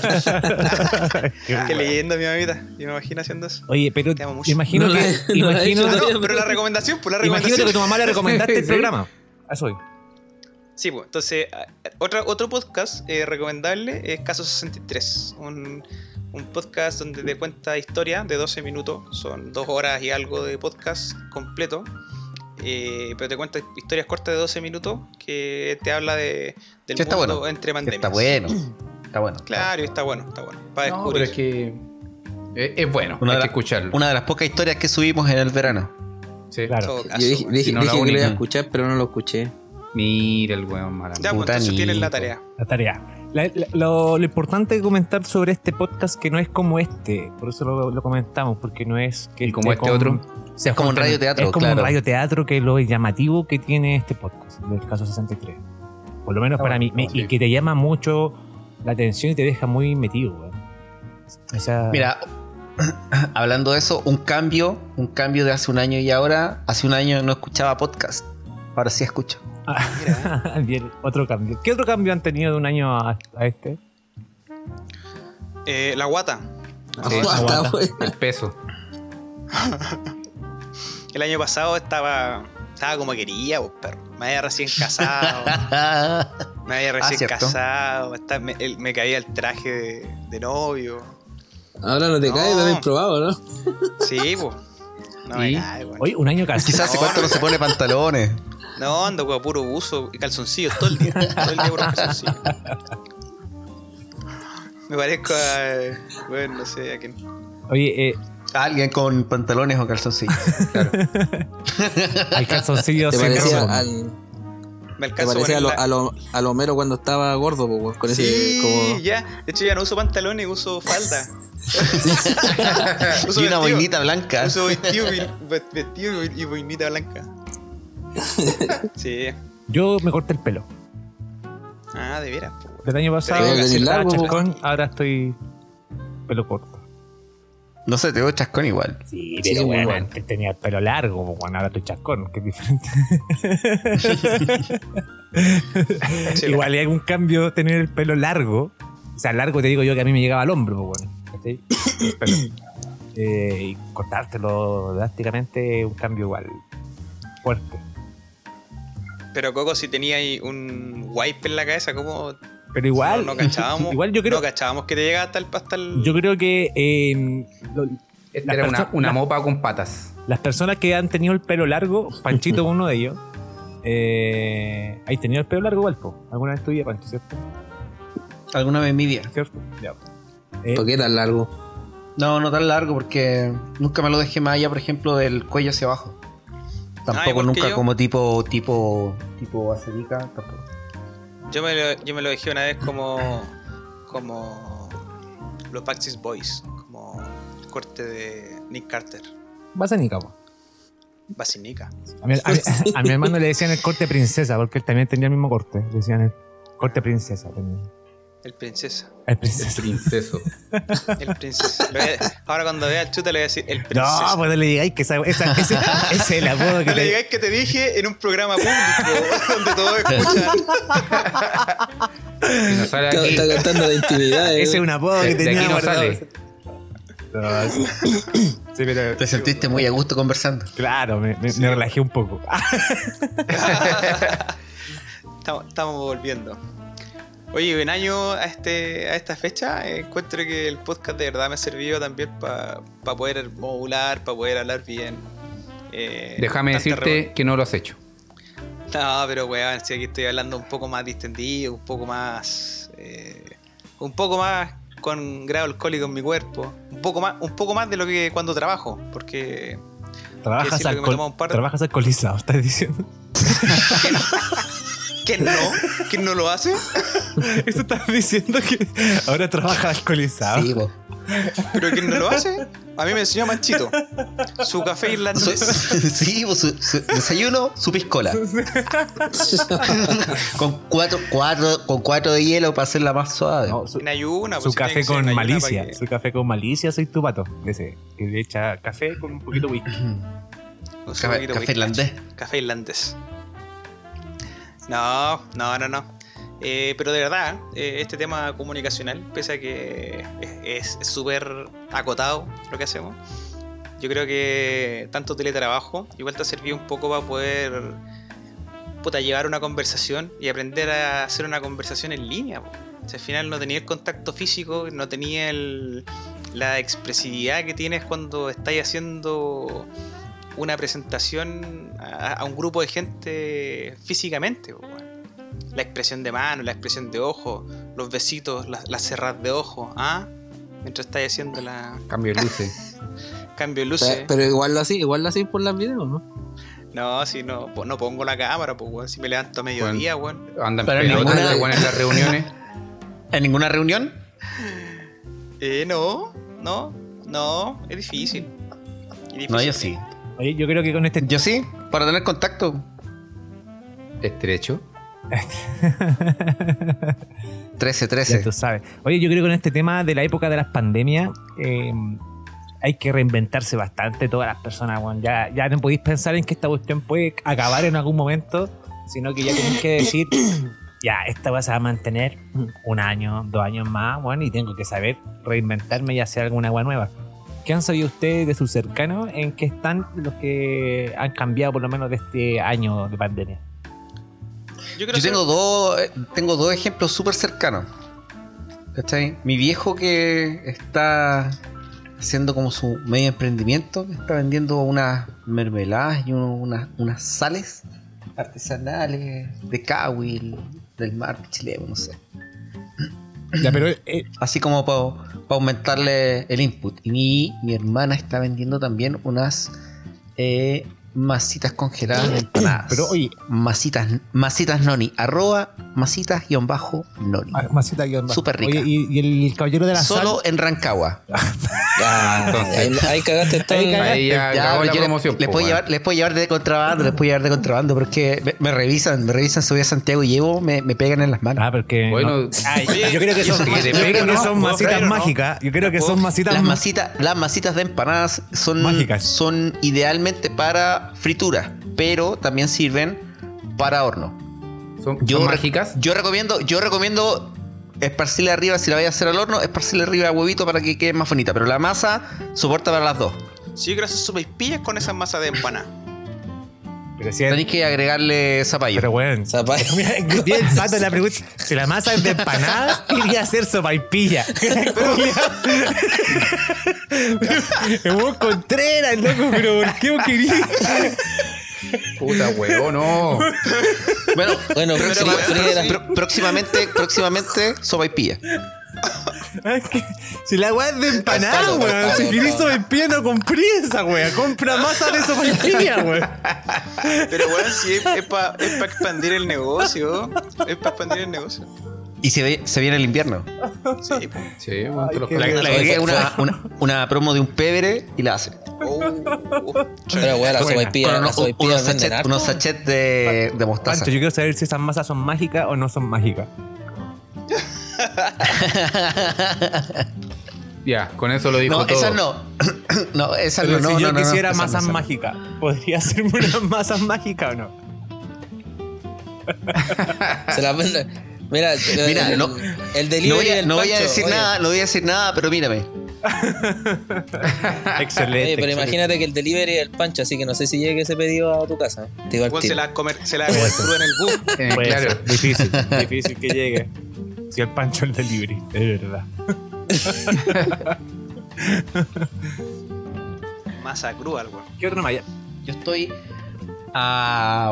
qué leyenda mi mamita. Yo me imagino haciendo eso. Oye, pero Te amo mucho. imagino No que. la- no la he imagino, hecho No, todavía. pero la recomendación, pues la imagínate recomendación. que tu mamá le recomendaste el Sí. programa. Eso es. Sí, pues, entonces, otro podcast recomendable es Caso 63, un podcast donde te cuenta historia de 12 minutos, son 2 horas y algo de podcast completo, pero te cuenta historias cortas de 12 minutos que te habla del Que está mundo bueno. entre pandemias. Está bueno. Está bueno. Claro, y está bueno, para No, descubrir. pero es que. Es bueno, Una hay de que la- escucharlo. Una de las pocas historias que subimos en el verano. Sí. En Claro. todo caso, Yo dije, weón. dije, Si no, la dije que lo iba a única. escuchar, pero no lo escuché. Mira el weón mala. Ya, pues Puta entonces tienes la Nico. tarea. La tarea. Lo importante de comentar sobre este podcast que no es como este, por eso lo comentamos, porque no es que ¿Y como esté este otro? se Es como un junten- radioteatro, es como claro. un radioteatro, que es lo llamativo que tiene este podcast del caso 63. Por lo menos para mí, y que te llama mucho la atención y te deja muy metido, weón. O sea, Mira, hablando de eso, un cambio de hace un año y ahora. Hace un año no escuchaba podcast. Ahora sí escucho. bien, otro cambio. ¿Qué otro cambio han tenido de un año a este? La guata. Sí, Aguanta, aguanta. wey. El peso. El año pasado estaba como quería, pues, perro. Me había recién casado. Me había recién ¿cierto? casado. Me caía el traje de novio. Ahora no te No. cae, lo habéis probado, ¿no? Sí, pues. No me ¿Y? cae, weón. Oye, un año casi. Quizás hace cuánto no se pone pantalones. No, ando con puro buzo y calzoncillos todo el día. Todo el día puro calzoncillos. Me parezco a. Bueno, no sé a quién. Oye, Alguien con pantalones o calzoncillos. Claro. al calzoncillo Te se parecía, calza. Me te alcanzo parecía a poner a lo Homero cuando estaba gordo, po, con ese Sí, como... ya. De hecho, ya no uso pantalones, uso falda. Uso Y una vestido. boinita blanca. Uso vestido y boinita blanca. Sí. Yo me corté el pelo. Ah, de veras. po. Del año pasado Pero tenés estaba largo, chascón, ahora estoy pelo corto. No sé, te veo chascón igual. Sí, Sí, pero muy bueno, bueno. antes tenía el pelo largo, pues, bueno, ahora estoy chascón, que es diferente. Sí, Igual hay un cambio tener el pelo largo. O sea, largo te digo yo que a mí me llegaba al hombro, pues, bueno. ¿cachai? El pelo. Y cortártelo drásticamente es un cambio igual fuerte. Pero Coco, si tenía ahí un wipe en la cabeza, ¿cómo? Pero igual, No cachábamos. igual yo creo, No cachábamos que te llegaba hasta el. yo creo que Esta Las era perso- una la- mopa con patas. las personas que han tenido el pelo largo, Panchito es uno de ellos. ¿Has tenido el pelo largo, Valpo? ¿Alguna vez tuya, Pancho, cierto? ¿Alguna vez mi vida? ¿Cierto? Ya. ¿Por qué tan largo? No, no tan largo porque nunca me lo dejé más allá, por ejemplo, del cuello hacia abajo. Tampoco igual que nunca yo. como tipo acerica, tampoco. Yo me lo dejé una vez como los Backstreet Boys, como el corte de Nick Carter. Vas a Nica, po. Basinica. A mi hermano le decían el corte princesa, porque él también tenía el mismo corte. Le decían el corte princesa. Tenía. El princesa. El princesa. Princeso. El princesa. Ahora cuando vea al chuta le voy a decir el princesa. No, pues no le digáis que ese es el apodo que No le te... digáis que te dije en un programa público donde todos escuchan. Y no sale aquí. Está cantando de intimidad, Ese es un apodo que De tenía aquí no guardado. sale. No, sí, pero, Te sentiste muy a gusto conversando. claro, me relajé un poco. Estamos volviendo. Oye, en año a esta fecha encuentro que el podcast de verdad me ha servido también para poder modular, para poder hablar bien. Déjame decirte que no lo has hecho. No, pero weón, si aquí estoy hablando un poco más distendido, un poco más con grado alcohólico en mi cuerpo, un poco más de lo que cuando trabajo, porque Trabajas alcoholizado, estás diciendo. ¿Quién no lo hace? Eso estás diciendo que ahora trabajas alcoholizado. Sí, po. ¿Pero quién no lo hace? A mí me enseñó Manchito. Su café irlandés. Sí, po, su desayuno, su piscola. con cuatro de hielo para hacerla más suave. No, En ayuna. su pues, café tiene que ser con en ayuna malicia. para que- Su café con malicia, soy tu pato. Ese, que le echa café con un poquito de whisky. con su Café poquito de whisky. irlandés. Café irlandés. No. Pero de verdad, este tema comunicacional, pese a que es súper acotado lo que hacemos, yo creo que tanto teletrabajo igual te ha servido un poco para poder llevar una conversación y aprender a hacer una conversación en línea. Po. O sea, al final no tenía el contacto físico, no tenía la expresividad que tienes cuando estás haciendo una presentación a un grupo de gente físicamente. Po, weón. La expresión de mano, la expresión de ojo, los besitos, las cerradas de ojo, mientras estás haciendo la Cambio de luces. cambio de luces. Pero igual lo así por las videos, ¿no? No, si no pongo la cámara, pues weón, si me levanto a mediodía, weón. Andan Pero pelotas, ninguna- los weones en las reuniones. ¿En ninguna reunión? No, es difícil. No, yo sí. Oye, yo creo que con este. Yo sí, para tener contacto. Estrecho. 13. Ya tú sabes. Oye, yo creo que con este tema de la época de las pandemias hay que reinventarse bastante todas las personas, weón. Ya no podéis pensar en que esta cuestión puede acabar en algún momento, sino que ya tenéis que decir, ya, esta va a mantener 1 año, 2 años más, bueno, y tengo que saber reinventarme y hacer alguna agua nueva. ¿Qué han sabido ustedes de sus cercanos? ¿En qué están los que han cambiado por lo menos de este año de pandemia? Yo Yo tengo dos ejemplos súper cercanos. ¿Cachai? Mi viejo que está haciendo como su medio emprendimiento, que está vendiendo unas mermeladas y unas sales artesanales de Cahuil, del mar chileno, no sé. Ya, pero Así como para aumentarle el input. Y mi hermana está vendiendo también unas masitas congeladas de empanadas. Pero, oye. Masitas noni. @masitas_noni. Masita guión bajo. Súper rica. Oye, y el caballero de la Solo sal. en Rancagua. Ya, Entonces. ahí cagaste todo. Ahí ya acabó la pero yo promoción. les po, puedo weón. llevar de contrabando, pero es que me revisan, si voy a Santiago y llevo, me pegan en las manos. porque. Bueno, no. Yo creo que son, que te yo creo peguen, que ¿no? son ¿Puedo masitas creer o no? mágicas. Yo creo que son masitas Las masitas de empanadas Mágicas. son idealmente para fritura, pero también sirven para horno. ¿Son Yo mágicas? Yo recomiendo esparcirle arriba, si la vais a hacer al horno, esparcirle arriba huevito para que quede más bonita, pero la masa soporta para las dos. Sí, yo quiero hacer sopaipillas con esas masas de empanada. Pero si Tenéis que agregarle zapallo. Pero bueno. Zapallo. Mira, bien sato la pregunta. Si la masa es de empanada, quería hacer sopaipilla. Vos Contreras, loco, pero ¿por qué vos querías? Puta huevo, no. Bueno, próximamente sopaipilla. Si la weá es de empanada, Palo, weón. palo, Si palo. querés sopaipilla, no compré esa weá. Compra masa de sopaipilla, weón. Pero bueno, sí, es para expandir el negocio. Es para expandir el negocio. Y se viene el invierno. Sí, pues. Sí, bueno, te los qué Le cambio. agregué una promo de un pebre y la hace. Pero weón, la Con sopaipilla unos venden harto. unos sachets de mostaza. Pancho, yo quiero saber si esas masas son mágicas o no son mágicas. Ya, con eso lo dijo No, todo. esas no. No, esas Pero no. si yo quisiera esas masas no. mágicas, ¿podría hacerme unas masas mágicas o no? Se las venden. Mira, Mira, el no delivery del voy a Pancho, decir oye, nada, no voy a decir nada, pero mírame. Excelente. Oye, pero excelente. imagínate que el delivery es el Pancho, así que no sé si llegue ese pedido a tu casa. Te digo al Igual tiro. se la va a comer cruda en el bus. Puede Claro. ser, difícil que llegue. Si el Pancho el delivery, de verdad. Masa cruda, el weón. ¿Qué otro maya? Yo estoy a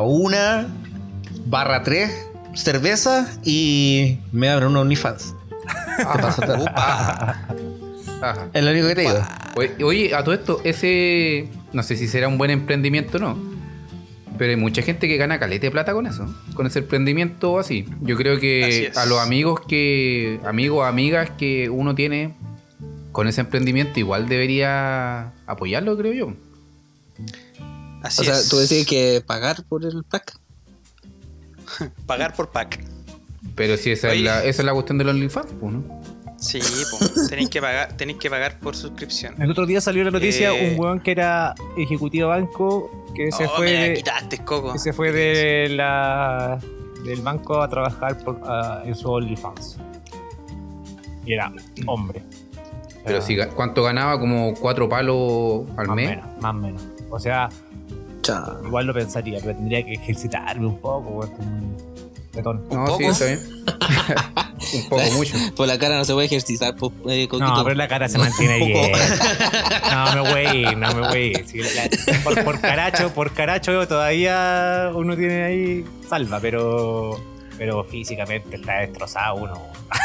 1/3 cerveza y me abro un OnlyFans. ¿Qué pasa? Ajá. Es lo único que te digo. Oye, a todo esto, ese. No sé si será un buen emprendimiento o no. Pero hay mucha gente que gana caleta de plata con eso. Con ese emprendimiento así. Yo creo Así que es. a los amigos o amigas que uno tiene con ese emprendimiento, igual debería apoyarlo, creo yo. Así O sea, es. tú decís que pagar por el pack. Pagar por pack. Pero si esa Oye. esa es la cuestión de los OnlyFans, pues, ¿no? Sí, po. Tenéis que pagar por suscripción. El otro día salió la noticia, Eh. un weón que era ejecutivo de banco que se Me la fue quitaste, Coco. que se fue del banco a trabajar en su OnlyFans. Y era hombre. Pero si, ¿cuánto ganaba? Como 4 palos al más mes. menos, más menos. O sea, Chao. igual lo pensaría, pero tendría que ejercitarme un poco, weón, como un tetón. No, poco? sí, está bien. Un poco mucho. Por la cara no se puede ejercitar, Coquito. No, pero la cara se mantiene Un poco. bien. No me voy. Sí, por caracho todavía uno tiene ahí salva, pero físicamente está destrozado uno.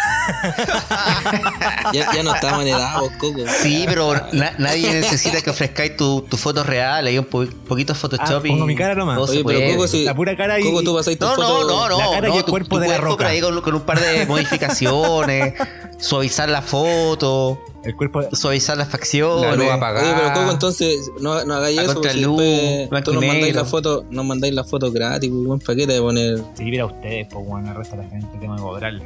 Ya no estamos en edad, vos, Coco. Sí, pero nadie necesita que ofrezcáis tu foto real. Hay un poquito de Photoshop y pongo mi cara nomás. todo se Oye, pero puede. Coco, si, La pura cara y... Coco, tú pasáis tu No, foto. no. la cara y el tu cuerpo de la cuerpo, Roca. pero ahí con un par de modificaciones, suavizar la foto, El cuerpo... suavizar las La facciones. luz apagada. Oye, pero Coco, entonces no hagáis A eso, porque contraluz, después blanco tú y nos mandáis negro. la foto gratis, pues, buen paquete de poner. Si viera ustedes, pues bueno, el resto de la gente tengo que cobrarle.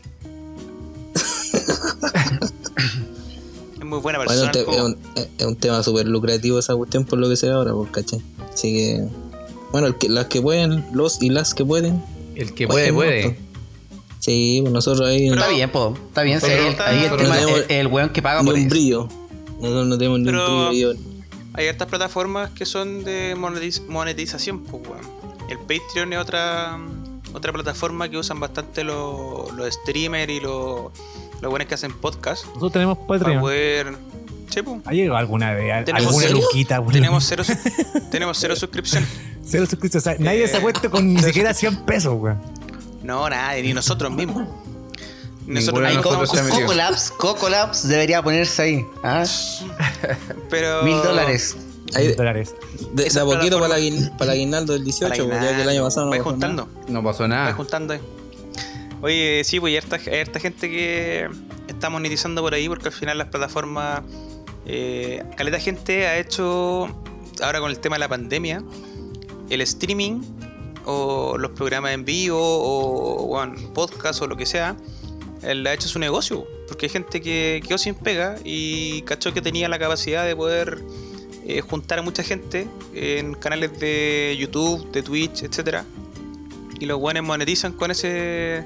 Es muy buena Bueno, persona. Coco. es un tema súper lucrativo esa cuestión por lo que se ve ahora, pues, ¿cachai? Así que, bueno, las que pueden, los y las que pueden. El que pues, puede. Sí, pues nosotros ahí Está bien, po. Está bien. Pero sí, está- ahí el no tema tenemos el weón que paga ni por un eso. brillo. Nosotros no tenemos ni Pero- un brillo. Hay hartas plataformas que son de monetización, pues, weón. El Patreon es otra plataforma que usan bastante los streamers y los buenos que hacen podcast. Nosotros tenemos Para Patreon. poder. Sí, pues. ¿Ha llegado alguna vez? ¿Tenemos ¿Alguna cero? luquita? weón? Tenemos cero suscripción. Cero suscriptores. O sea, nadie se ha puesto con ni siquiera 100 pesos, weón. No, nadie, ni nosotros mismos. Nosotros Ninguno de Ahí mismos nosotros estamos- se ha metido. Coco Labs debería ponerse ahí. ¿Ah? pero $1000. Ahí, $1000. de esa a poquito plataforma- para el aguinaldo del 18, pues, ya que el año pasado no Vais pasó nada. juntando. No pasó Vais nada. juntando ahí. Oye, sí, pues hay harta gente que está monetizando por ahí porque al final las plataformas. Caleta gente ha hecho, ahora con el tema de la pandemia, el streaming o los programas en vivo o bueno, podcast o lo que sea, él ha hecho su negocio. Porque hay gente que quedó sin pega y cachó que tenía la capacidad de poder juntar a mucha gente en canales de YouTube, de Twitch, etcétera. Y los buenos monetizan con esa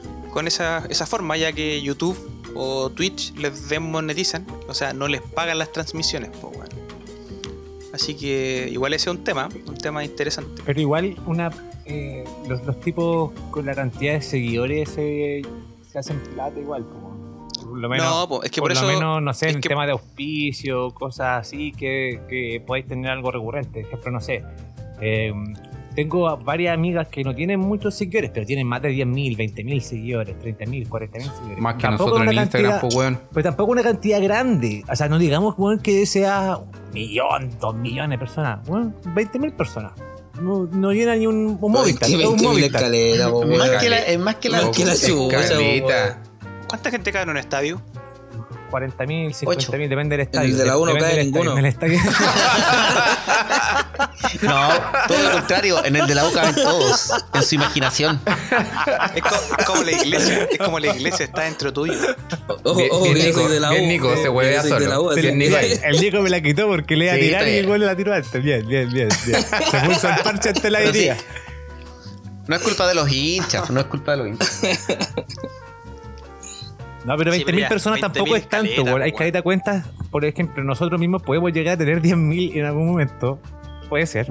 forma, ya que YouTube o Twitch les desmonetizan, o sea, no les pagan las transmisiones, pues, bueno. Así que igual ese es un tema interesante. Pero igual los tipos con la cantidad de seguidores se hacen plata igual, como. Por lo menos, No, pues, es que por lo eso- menos, no sé, es en el que- tema de auspicio, cosas así que podáis tener algo recurrente. Por ejemplo, no sé. Tengo varias amigas que no tienen muchos seguidores, pero tienen más de 10.000, 20.000 seguidores, 30.000, 40.000 seguidores. Más que Tampoco nosotros en una Instagram, cantidad- pues, weón. Pero tampoco una cantidad grande. O sea, no digamos, weón, que sea 1.000.000, 2 millones de personas. Weón, 20.000 personas. No llena ni un Movistar. Que todo un 20.000 Movistar. escaleras, po, weón. Más que la Más que la chucha, Caleta. ¿Cuánta gente cae en un estadio? 40.000, 50.000, depende del estadio. el de la uno Depende cae del estadio. ninguno. En el estadio. No, todo lo contrario. En el de la boca ven todos. En su imaginación. Es como la iglesia, está dentro tuyo. Ojo, Bien, ojo, bien, que yo Nico, soy de la U. bien, Nico, se huevea Yo soy de la solo. U, así Bien, que- Nico ahí. El Nico me la quitó porque le iba a Sí, tirar está y bien. igual la tiró antes. Bien. Se puso el parche ante la Pero sí, herida. no es culpa de los hinchas. No es culpa de los hinchas. No, pero Sí, 20.000 pero ya, personas 20.000 tampoco es tanto, caleta, weón. Hay weón. caleta cuentas, por ejemplo, nosotros mismos podemos llegar a tener 10.000 en algún momento. Puede ser.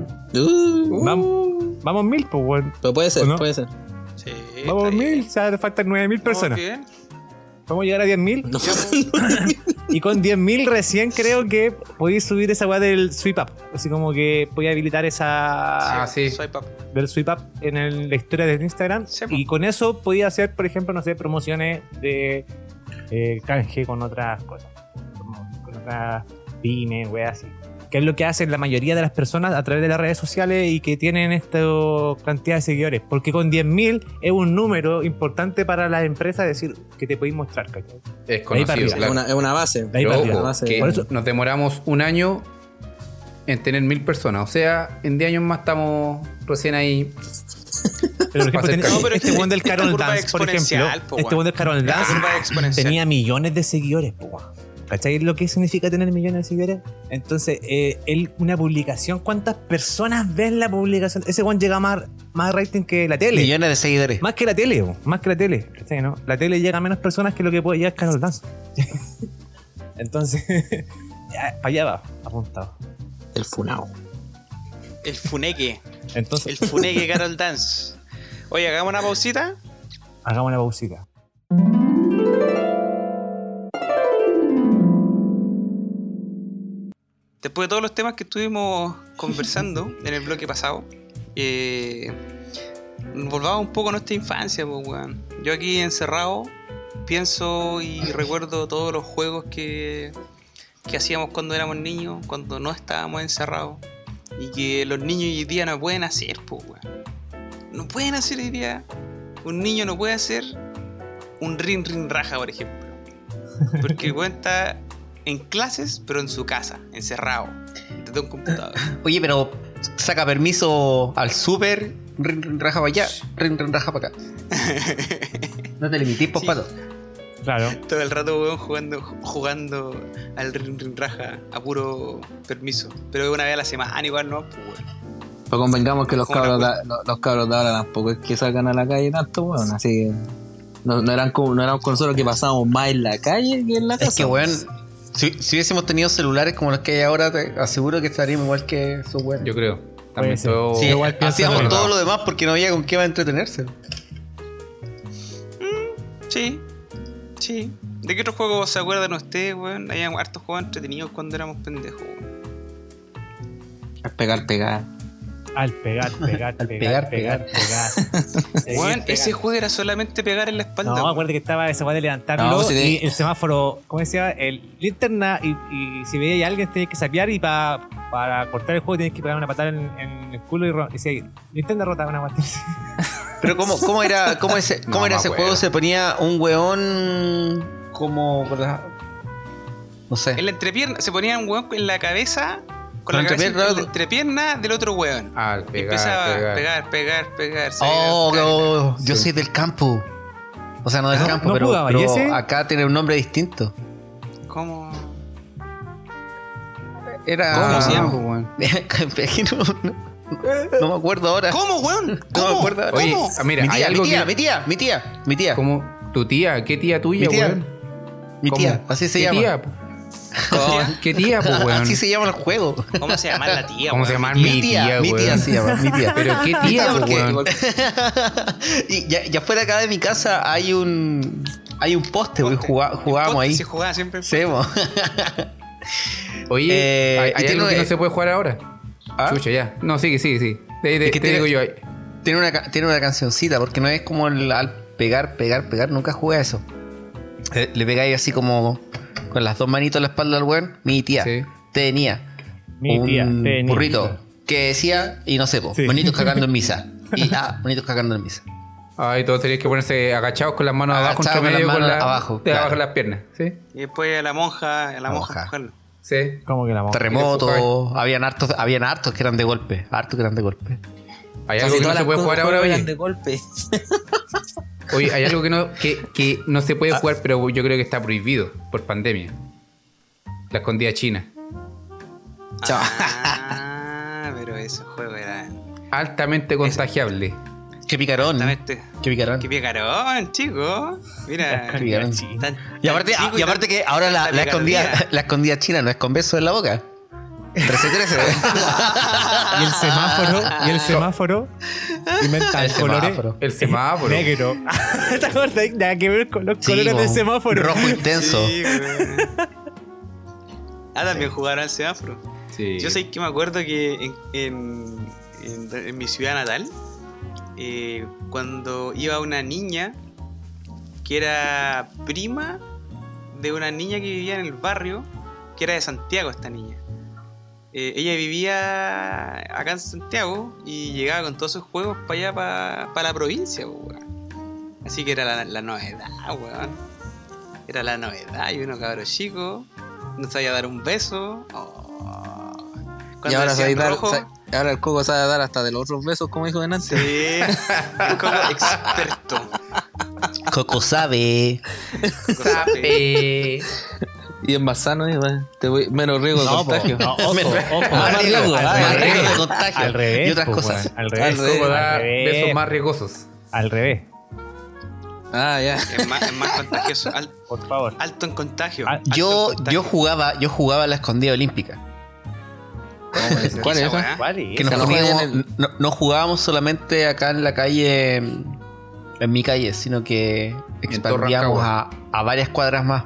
Vamos 1.000, pues, weón. Pero puede ser, ¿O no? puede ser. Sí, Vamos está bien. 1.000, o sea, le faltan 9.000 personas. Bien. Vamos a llegar a 10.000. No. Y con 10.000 recién creo que podéis subir esa weá del sweep up. Así como que podéis habilitar esa Sí. Swipe up. del sweep up en la historia de Instagram. Sí, po. Y con eso podía hacer, por ejemplo, no sé, promociones de canje con otras cosas. Con otras pymes, weas así. Que es lo que hacen la mayoría de las personas a través de las redes sociales y que tienen esta cantidad de seguidores. Porque con 10.000 es un número importante para las empresas decir que te podéis mostrar, ¿cachai? Es Ahí para conocido, arriba. claro. Es una base. Ahí Pero para ojo, arriba. Una base. que Por eso- nos demoramos un año en tener 1.000 personas. O sea, en 10 años más estamos recién ahí. Pero por ejemplo, Pasa el tenía- pero este es- buen del esta Carol curva Dance, por ejemplo. exponencial, po, Este weón. buen del Carol La Dance curva exponencial. tenía millones de seguidores, po, weón. ¿Cachai lo que significa tener millones de seguidores? Entonces, una publicación, ¿cuántas personas ven la publicación? Ese one llega más rating que la tele. Millones de seguidores. Más que la tele, más que la tele. ¿Cachai, no? La tele llega a menos personas que lo que puede llegar Carol Dance. Entonces, para allá va, apuntado. El funao. El funeque. Entonces, El funeque Carol Dance. Oye, hagamos una pausita. hagamos una pausita. Después de todos los temas que estuvimos conversando en el bloque pasado, volvamos un poco a nuestra infancia, pues, weón. Yo aquí encerrado pienso y recuerdo todos los juegos que hacíamos cuando éramos niños, cuando no estábamos encerrados, y que los niños hoy día no pueden hacer, pues, weón. No pueden hacer hoy día. Un niño no puede hacer un rin rin raja, por ejemplo. Porque el weón está en clases, pero en su casa, encerrado, desde un computador. Oye, pero saca permiso al súper, rin, raja para allá, rin, raja para acá. No te limitís, pues, Sí. pato. Claro. Todo el rato, weón, jugando al rin rin raja a puro permiso. Pero una vez a la semana igual, ¿no? Pues, weón. Pero convengamos que los Como una cabros de ahora tampoco es que salgan a la calle tanto, weón. Así que no eran con nosotros que pasábamos más en la calle que en la casa. Es que, weón, si hubiésemos tenido celulares como los que hay ahora, te aseguro que estaríamos igual que esos weones. Yo creo. También ser. todo. Sí, igual pienso hacíamos lo todo mismo. lo demás porque no había con qué va a entretenerse. Sí, sí. ¿De qué otros juegos se acuerdan ustedes, weón? Habían hartos juegos entretenidos cuando éramos pendejos, weón. Pegar. Al pegar. Weón, ese juego era solamente pegar en la espalda. No, weón. acuérdate que estaba esa weá de levantarlo No, si y te- el semáforo, ¿cómo decía? El linterna y si veía a alguien tenías que sapear y para cortar el juego tenías que pegar una patada en el culo y decía, linterna rota, una patada. Pero ¿cómo era, No ese me juego? acuerdo. Se ponía un weón como... No sé. En la entrepierna, se ponía un weón en la cabeza, con Con la la cabeza entrepierna, en la entrepierna del otro weón. Al Y empezaba pegar. a pegar. Oh, yo Sí. soy del campo. O sea, no del ¿No? campo, ¿No pero jugaba? ¿Y ese? acá tiene un nombre distinto. ¿Cómo? Era... ¿Cómo se llama? pues, weón. no me acuerdo ahora. ¿Cómo, weón? No ¿Cómo? me acuerdo ahora. Oye, ¿Cómo? mira, mi hay tía, algo mi tía. ¿Cómo? ¿Tu tía? ¿Qué tía tuya, Mi tía. weón? Mi tía, ¿Cómo? así se ¿Qué llama. Tía, po? ¿Qué tía, pues, weón? Así se llama el juego. ¿Cómo se llama la tía, ¿Cómo weón? se llama Mi mi tía. Mi tía weón? se llama, mi tía. Pero qué tía, pues, porque- weón. Y ya fuera acá de mi casa hay un poste, güey. Jugábamos ahí. Se jugaba siempre. Sí, mo. Oye, ¿hay y tiene algo que una- no se puede jugar ahora? ¿Ah? Chucha, ya. No, sigue. Es que Te tiene- digo yo. Tiene una cancioncita, porque no es como al pegar. Nunca jugué a eso. Le pegáis así como con las dos manitos en la espalda al weón. Mi tía Sí. tenía un burrito que decía, y no sé, po, Sí. bonitos cagando en misa. Y bonitos cagando en misa. Ay, todos tenías que ponerse agachados con las manos abajo, Agachados entre con medio, las con manos la, abajo, de abajo claro. las piernas. ¿Sí? Y después a la monja monja. empujarlo. Sí. ¿Cómo que la monja? Terremoto, habían hartos que eran de golpe. Hay algo que no se puede jugar ahora, eran oye. de golpe. Oye, hay algo que no se puede jugar, pero yo creo que está prohibido por pandemia. La escondida china. Ah, pero esos juegos eran. Altamente contagiable. Qué picarón. Exactamente. Qué picarón. Qué picarón, chico. Mira. Qué picarón. Tan Y aparte, chico y tan- que ahora la tanta picardía. escondida china no es con besos en la boca. 13. Y el semáforo inventan El colores semáforo. El semáforo. negro. ¿Te acuerdas? Nada que ver con los colores del semáforo. Rojo intenso. Sí, güey. También jugaron al semáforo. Sí. Yo sé que me acuerdo que en mi ciudad natal, cuando iba una niña que era prima de una niña que vivía en el barrio, que era de Santiago esta niña. Ella vivía acá en Santiago y llegaba con todos sus juegos para allá, para la provincia, weón. Así que era la novedad, weón. Era la novedad. Y uno cabro chico no sabía dar un beso. Oh. Y Cuando ahora, decían dar, rojo, ahora el Coco sabe dar hasta de los otros besos, como dijo delante. sí, es como experto. Coco sabe. Sabe. Y es más sano, menos riesgo de contagio. No, ojo, Más riesgo de contagio. Al revés. Y otras pues, cosas. weón, al revés. Al revés. Coco da Al revés. besos más riesgosos. Al revés. Ah, ya. Es más contagioso. Por favor. Alto en contagio. Ah, alto en Yo contagio. jugaba a la escondida olímpica. ¿Cuál es Esa esa? weá. ¿Cuál es? Que nos Se lo poníamos, juegan no jugábamos solamente acá en la calle, en mi calle, sino que expandíamos Rancagua. a varias cuadras más.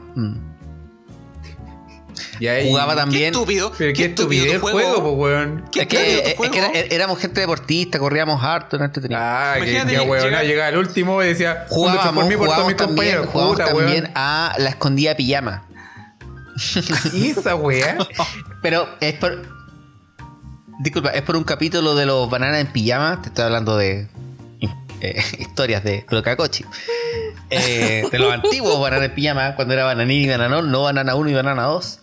Y ahí, Jugaba Qué también. estúpido. Pero qué estúpido estupidez el tu juego, pues, weón. Qué Es que, estúpido tu es que juego. éramos gente deportista, corríamos harto, no entretenido. Ah, que Imagínate ya, weón, llegar- llegaba el último y decía, Jugábamos, por mí, por todos mis compañeros. jugábamos Puta, también weón. a la escondida pijama. ¿Y esa weá? Pero es por. Disculpa, es por un capítulo de los Bananas en Pijama. Te estoy hablando de historias de Crocacochi. De los antiguos Bananas en Pijama, cuando era Bananín y Bananón, no Banana 1 y Banana 2.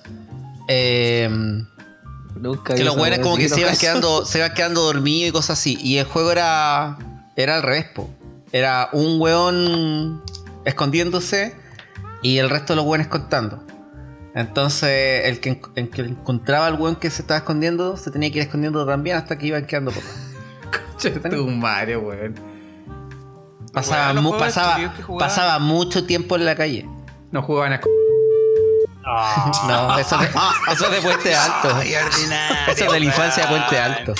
Nunca Que vi los esa buenos weá, como que sí, se iban quedando dormidos y cosas así. Y el juego era al revés, po. Era un weón escondiéndose y el resto de los weones contando. Entonces el que encontraba al weón que se estaba escondiendo se tenía que ir escondiendo también hasta que iban quedando pocos. Tu madre, weón. Pasaba, Weón, los juegos pasaba, estúpidos que jugaban. pasaba mucho tiempo en la calle. No jugaban a... No, eso es de Puente Alto. Ay, ordinario, Eso es de la infancia de weón. Puente Alto.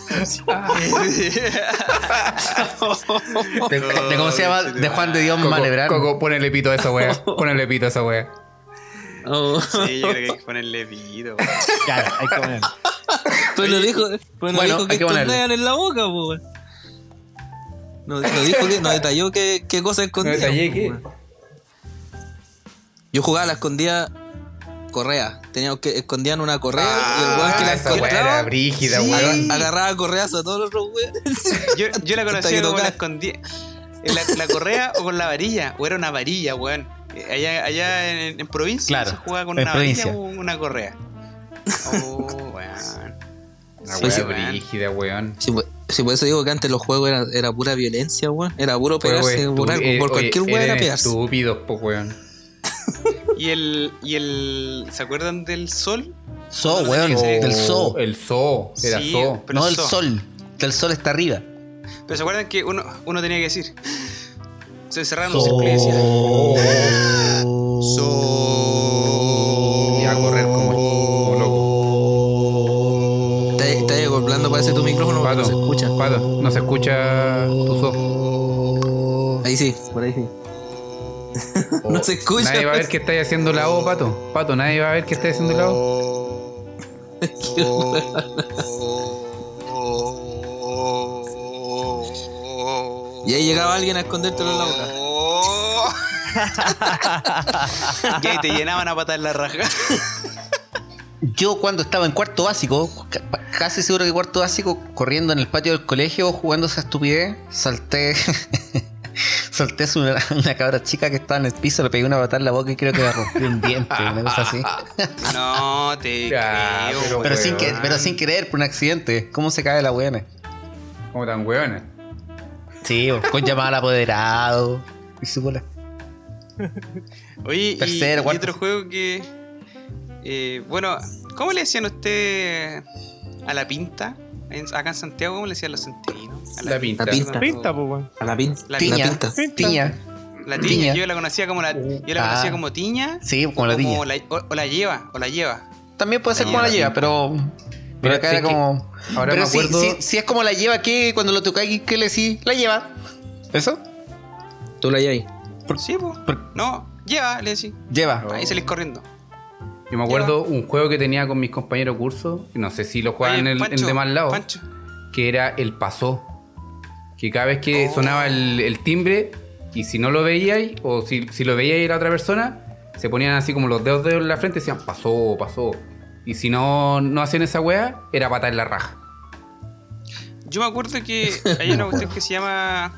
De ¿cómo se llama? De Juan de Dios Malebrán. Coco, ponele pito a esa weá. Ponele pito a esa weá. Oh. Sí, yo creo que hay que ponerle pito. weón. Claro, hay que poner. Pues lo dijo, pues no Bueno, dijo que hay que ponerle. escondían en la boca, pues. No dijo que, no detalló qué cosa escondían. detallé qué. pues. Yo jugaba a la escondida correa. Teníamos que escondían una correa y el weón que la esa weá encontraba era brígida, sí, weón. agarraba correazos a todos los otros weones. Yo la Hasta conocía que como la tocaba. escondía. La correa o con la varilla. O era una varilla, weón. Allá en provincia Claro, se jugaba con en una varilla provincia. o una correa. Oh, weón. Una Sí, weá sí, brígida, weón. Sí, por eso digo que antes los juegos era pura violencia, weón. Era puro pegarse por algo. Por cualquier weón era pegarse. Estúpidos, po, weón. Y el ¿se acuerdan del sol? So, weón, Sí. del so. El zoo. Era Sí, zoo. pero No del so. sol. Que el sol está arriba. Pero ¿se acuerdan que uno tenía que decir? Se encerraban los círculos y decía Y a correr como loco. Está acoplando, parece tu micrófono porque no se escucha. Pato, no se escucha tu zoo. Ahí sí, por ahí sí. No se escucha. Nadie va a ver que estáis haciendo la O, Pato. Pato, nadie va a ver que estáis haciendo la O. Y ahí llegaba alguien a escondértelo en la boca. Y ahí te llenaban a patar la raja. Yo cuando estaba en cuarto básico, casi seguro que cuarto básico, corriendo en el patio del colegio, jugando esa estupidez, salté una cabra chica que estaba en el piso, le pegué una patada en la boca y creo que me rompí un diente, una cosa así. No te Ya, creo. pero weón. Pero sin querer, por un accidente. ¿Cómo se cae la buena? Como tan weones. Sí, con llamada al apoderado. Y su bola. Oye, Tercero, y cuarto. otro juego que... bueno, ¿cómo le decían a usted a la pinta? Acá en Santiago, ¿cómo le decían los santiaguinos? La pinta. La pinta. Pinta, pues, weón. A la pinta. La Tiña. pinta. Tiña. La Tiña. tiña, yo la conocía como como tiña. Sí, como la tiña. O la lleva. También puede ser La como la lleva. lleva, pero Mira, acá sí era que como. ahora Pero me acuerdo- si es como la lleva, ¿qué? Cuando lo tocáis, ¿qué le decís? La lleva. ¿Eso? Tú la llevas. Sí, pues. No, lleva, le decís. Lleva. Ahí salís corriendo. Yo me acuerdo un juego que tenía con mis compañeros de curso, que no sé si lo jugaban Oye, en Pancho, demás lados, Pancho. que era el pasó. Que cada vez que sonaba el timbre, y si no lo veíais, o si lo veíais la otra persona, se ponían así como los dedos en la frente y decían, pasó. Y si no hacían esa wea, era patada en la raja. Yo me acuerdo que hay una cuestión que se llama.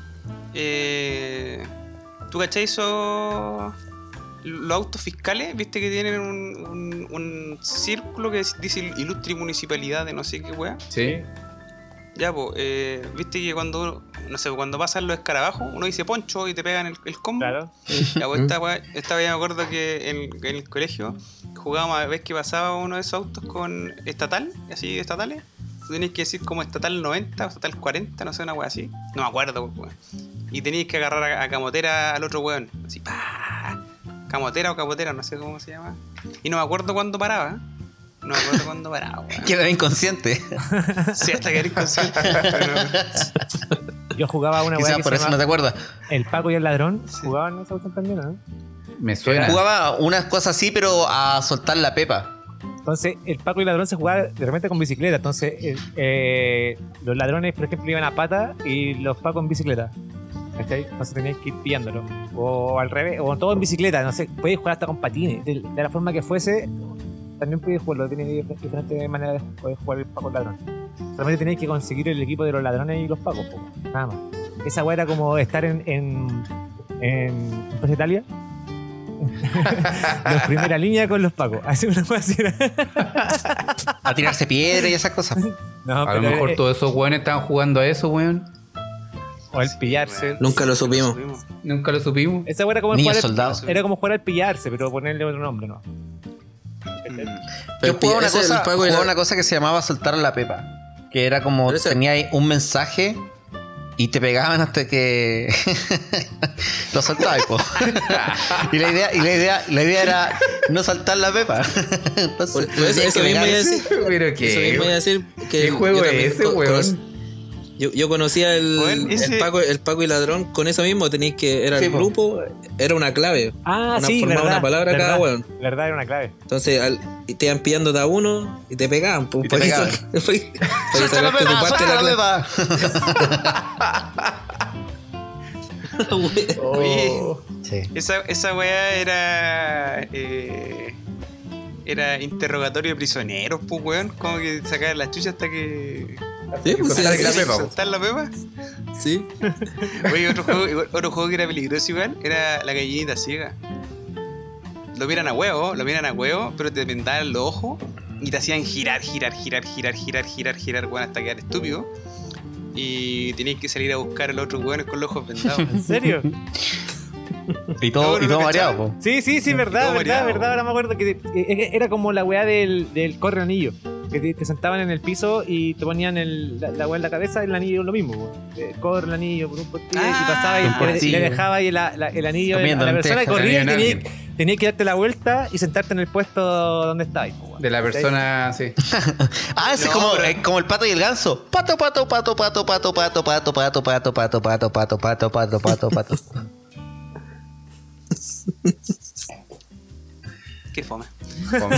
¿Tú cachai eso? Los autos fiscales, viste que tienen un círculo que dice Ilustre Municipalidad de no sé qué wea. ¿Sí? Ya, pues, viste que cuando, no sé, cuando pasan los escarabajos, uno dice poncho y te pegan el combo. Claro. Ya, pues, esta vez me acuerdo que en el colegio jugábamos a ver que pasaba uno de esos autos con estatal, así estatales. Tú tenías que decir como estatal 90 o estatal 40, no sé, una wea así. No me acuerdo, pues, weón. Y tenías que agarrar a camotera al otro weón. Así, ¡pah! Camotera o capotera, no sé cómo se llama. Y no me acuerdo cuándo paraba. No me acuerdo cuándo paraba, weón. Queda inconsciente. Sí, hasta que eres consciente. Pero... Yo jugaba una weá Quizás que por se eso no te llama acuerdas. El Paco y el Ladrón. Jugaban esa cuestión también, ¿no? Me suena. Jugaba unas cosas así, pero a soltar la pepa. Entonces, el Paco y el Ladrón se jugaba de repente con bicicleta. Entonces, los ladrones, por ejemplo, iban a pata y los Pacos en bicicleta. ¿Cachai? Entonces teníais que ir pillándolo. O al revés, o todo en bicicleta. No sé, podéis jugar hasta con patines. De la forma que fuese, también podéis jugarlo. Tiene diferentes maneras de poder jugar el Paco y el Ladrón. Solamente tenéis que conseguir el equipo de los ladrones y los Pacos, po. Nada más. Esa weá era como estar en Plaza Italia. Los primera línea con los Pacos. Así una cosa así era. A tirarse piedra y esas cosas. No, A lo pero, mejor todos esos weones estaban jugando a eso, weón. o el pillarse. Nunca lo supimos. Nunca lo supimos. Esa weá era como Niños jugar soldados. era como jugar al pillarse, pero ponerle otro nombre, ¿no? Pero Yo jugaba ese, el Paco y jugaba la- una cosa que se llamaba soltar la pepa. Que era como Pero ese- tenía ahí un mensaje y te pegaban hasta que lo soltabas, po. Y la idea era no saltar la pepa. Entonces, Por eso tenías que mismo pegar iba a ese- decir. Pero Eso mismo iba a qué. decir que ¿Qué juego yo es también ese, weón? Yo conocía Weón, ese- el Paco y Ladrón con eso mismo. Tenéis que. Era Sí, el po. grupo, era una clave. Ah, Una- sí, formaba verdad, una palabra verdad, cada weón. Verdad, era una clave. Entonces y te iban pillando a uno y te pegaban. Pues, Y te para pegaban. para ¡Suelta la sacarte tu pepa! parte de ¡Suelta la la clave. pepa! Oye, Sí. esa weá era interrogatorio de prisioneros, pues weón. Como que sacar la chucha hasta que. Sí, pues, Soltar sí, la sí, pepa, po. ¿Soltar la pepa? sí. Oye, otro juego que era peligroso igual era la gallinita ciega. Lo miran a huevo, pero te vendaban los ojos y te hacían girar, weón, hasta quedar estúpido. Y tenías que salir a buscar a los otros weones con los ojos vendados. ¿En serio? Y todo, No, y todo no, mareado, ¿cachai? po. Sí, verdad, Todo mareado. ahora me acuerdo que era como la weá del corre anillo. Que te sentaban en el piso y te ponían la weá en la cabeza y el anillo lo mismo. Po. Corre el anillo por un portillo y pasaba un y portillo. le dejaba ahí el anillo Comiendo a la persona y lentejas. corría y Tenían tenías que darte la vuelta y sentarte en el puesto donde estabas. Po, weón. De la persona, sí. Ah, ese No, es como, pero- como el pato y el ganso. Pato, pato, pato, pato, pato, pato, pato, pato, pato, pato, pato, pato, pato, pato, pato, pato. Qué fome. Como-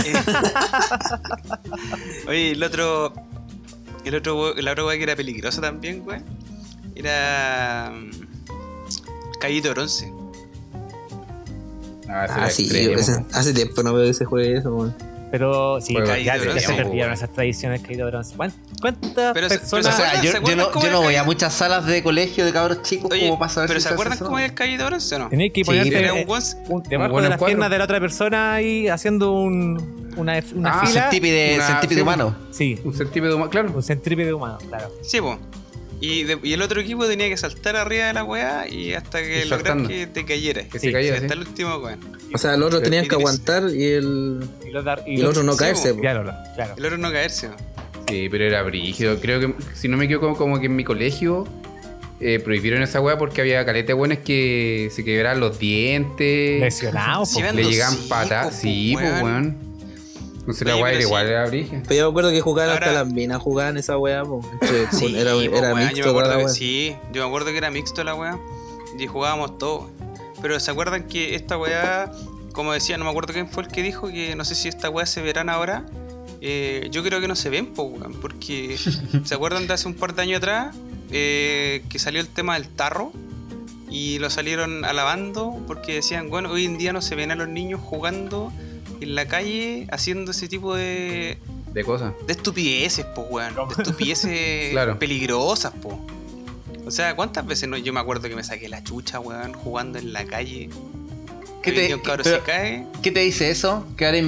Oye, la otra weá que era peligrosa también, weón, era Caballito de Bronce. Ah, ese Ah, era sí, extremo. hace tiempo no veo ese juego eso, weón. Pero sí, Juego ya de se bronce, perdieron esas tradiciones que hay de bronce. ¿Cuántas Pero personas? O sea, ¿Se yo acuerdan cómo no era voy a Caído? muchas salas de colegio de cabros chicos Oye, como para saber pero si ¿se hace acuerdan eso. cómo era el Caballito de Bronce o no? Tenéis que Sí, ponerte Era un buen... debajo bueno de las cuadro. piernas de la otra persona ahí haciendo una Ah, fila. Centípede Una- centípede sí, humano. Sí, Un centímetro más, claro. un centrípede humano, claro. Sí, po. Y el otro equipo tenía que saltar arriba de la weá y hasta que Y lograr saltando. que te cayeras. Que se cayera, hasta sí. el último weón. O sea, los otros tenían y que tenés- aguantar y el Y los dar- otro no sí, caerse. po. po. Claro, claro. El otro no caerse. Po. Pero era brígido. Creo que, si no me equivoco, como que en mi colegio prohibieron esa weá porque había caleta de buenos que se quebraban los dientes. Lesionados, Sí, po. Le llegaban Sí, patas. po, Sí, pues, weón. weón. Entonces la Oye, weá pero era igual, sí. era brígida. Pero yo me acuerdo que jugaban Ahora- hasta las minas, jugaban esa weá, po. Sí, Era po, weón, mixto yo me toda acuerdo la que weá. sí, yo me acuerdo que era mixto la weá y jugábamos todo. Pero ¿se acuerdan que esta weá, como decía, no me acuerdo quién fue el que dijo que no sé si esta weá se verán ahora? Yo creo que no se ven, po, weón, porque ¿se acuerdan de hace un par de años atrás que salió el tema del tarro? Y lo salieron alabando porque decían, bueno, hoy en día no se ven a los niños jugando en la calle haciendo ese tipo de cosas. estupideces, po, weón. De estupideces Claro. peligrosas, po. O sea, ¿cuántas veces no? Yo me acuerdo que me saqué la chucha, weón, jugando en la calle. ¿Qué Hoy te- en día un cabro pero- se cae. ¿Qué te dice eso? ¿Que ahora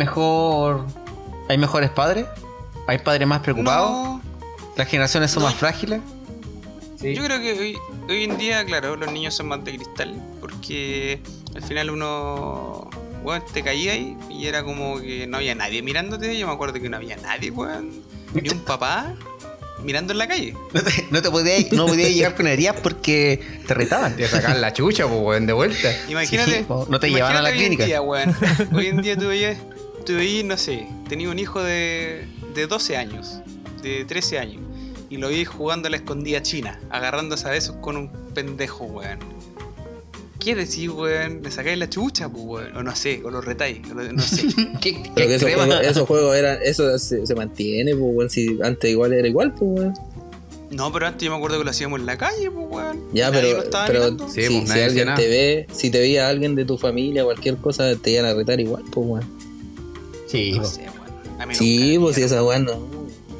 hay mejores padres? ¿Hay padres más preocupados? No, ¿Las generaciones son No. más frágiles? Sí. yo creo que hoy en día, claro, los niños son más de cristal. Porque al final uno, weón, te caía ahí y era como que no había nadie mirándote. Yo me acuerdo que no había nadie, weón. Ni un papá mirando en la calle. No podías llegar con heridas porque te retaban. Te sacaban la chucha, pues, weón, de vuelta. Imagínate. Sí, po, no te llevaban a la imagínate clínica. Hoy en día, weón. Hoy en día tú veías, no sé, tenía un hijo de 12 años, de 13 años, y lo vi jugando a la escondida china, agarrándose a besos con un pendejo, weón. ¿Qué decís, weón? Le sacáis la chucha, pues, weón. O no sé, o lo retáis, no sé. ¿Qué Pero que extrema? esos juegos eran, eso se mantiene, pues, weón. Si antes igual era igual, pues, weón. No, pero antes yo me acuerdo que lo hacíamos en la calle, pues, weón. Ya, Nadie pero, lo estaba pero mirando. Sí, si, pues, si nadie hacía alguien nada. te ve, si te veía alguien de tu familia, cualquier cosa, te iban a retar igual, pues, weón. Sí, No po. sé, weón. A mí Sí, nunca pues si me esa weón no.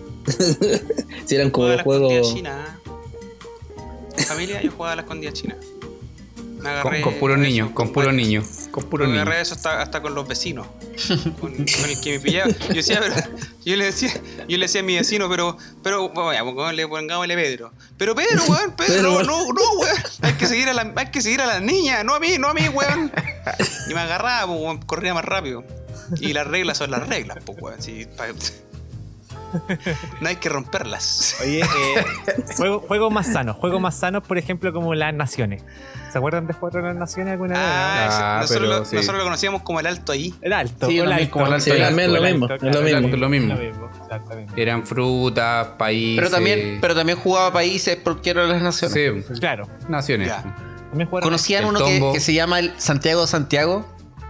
Si eran como jugaba a la juegos. escondida china. En familia yo jugaba a la escondida china. Me agarré Con puros eso niños, con puros varios. niños. Con puros Me niños. agarré eso hasta con los vecinos. Con el que me pillaba. Yo decía, pero, yo le decía a mi vecino, pero vaya, le pongámosle Pedro. Pero Pedro, weón, Pedro, no, weón. Hay que seguir a las niñas, no a mí, weón. Y me agarraba, pues, weón, corría más rápido. Y las reglas son las reglas, pues, weón. Sí, no hay que romperlas. Oye, juegos más sanos, por ejemplo, como las naciones. ¿Se acuerdan de jugar a las naciones alguna vez? Ah, nosotros, pero lo, sí. nosotros lo conocíamos como el alto ahí. El alto, Sí, el también alto. como el alto. Sí, también lo mismo, es lo mismo. Lo mismo. Exactamente. Eran frutas, países. Pero también jugaba países porque eran las naciones. Sí, Claro. naciones. Ya. También jugaron ¿Conocían El uno que, tombo. que se llama el Santiago Santiago?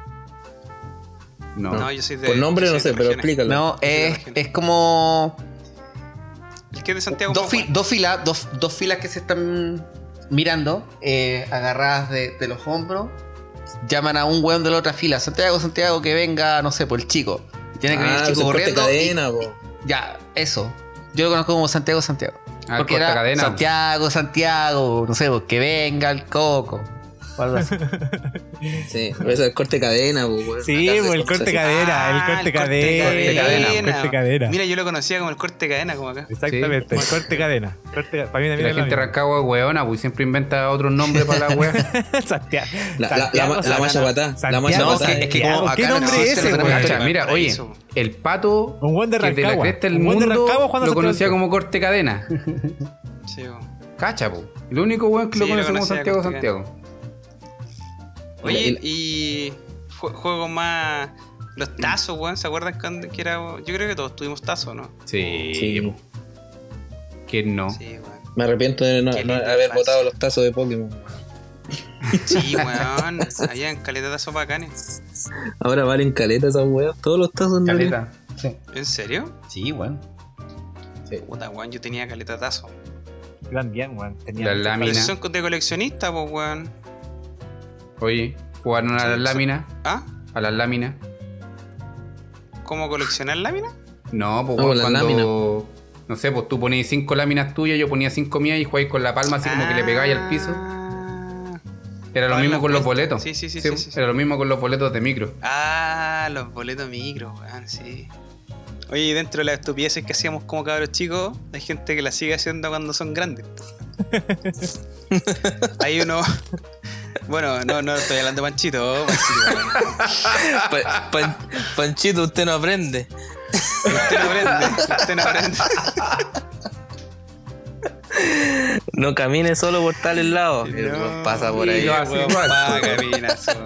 No. No, yo soy de. Por nombre yo no soy sé, de pero regiones. explícalo. No, Sí, me es, imagino. es como El que es de Santiago. dos filas que se están mirando, agarradas de los hombros. Llaman a un weón de la otra fila, Santiago, que venga, no sé, por el chico. Y tiene que venir el Ah, chico eso es corte corriendo. cadena, po. Ya, eso. Yo lo conozco como Santiago. Ah, Porque corta era cadena. Santiago, no sé, pues, que venga el coco. O algo así. Sí, pero eso es corte cadena, po, weón. Sí, Acá se pues el conoce corte así. cadera, el corte cadena. cadena. El corte cadena. Mira, yo lo conocía como el corte cadena, como acá. Exactamente, el corte cadena. Para mí Que también la es lo gente mismo. Rancagua es weona, pues siempre inventa otros nombres para la wea. Santiago. La malla patá. La malla No, patá. es que como ¿Qué acá no nombre existe, es ese, no tenemos weón? historia. Cacha, mira, oye, Paraíso. el pato Un buen de que es de la Rancagua. cresta del Un buen de mundo Rancagua jugando lo conocía Santiago. como corte cadena. Sí, bo. Cacha, po. El único weón que Sí, lo conoce lo como conocía Santiago. corte Oye, y juegos más. Los tazos, weón, ¿se acuerdan que era? Yo creo que todos tuvimos tazos, ¿no? Sí. Sí. ¿Quién no? Sí, weón. Me arrepiento de no Qué lindo haber infancia. botado los tazos de Pokémon. Sí, weón. Allá en caleta de tazos bacanes. Ahora valen caleta esas weas. Todos los tazos en realidad. Caleta. Sí. ¿En serio? Sí, weón. Puta, weón, yo tenía caleta de tazos. También, weón. Tenía Las mucho Pero láminas. si son de coleccionista, pues, weón. Oye, jugaron a Sí, las sí. láminas. ¿Ah? A las láminas. ¿Cómo coleccionar láminas? No, pues No, weón, las cuando. No sé, pues tú ponías 5 láminas tuyas, yo ponía 5 mías y jugáis con la palma así como que le pegáis al piso. Era lo Ah, mismo la con los vuelta. boletos. Sí. Era lo mismo con los boletos de micro. Ah, los boletos micro, weón, sí. Oye, y dentro de las estupideces que hacíamos como cabros chicos, hay gente que las sigue haciendo cuando son grandes. Hay uno. Bueno, no estoy hablando de Panchito. Panchito, weón. Panchito, usted no aprende. Usted no aprende. No camine solo por tales lados. No, Pasa por ahí. lo hace weón, igual, camina solo.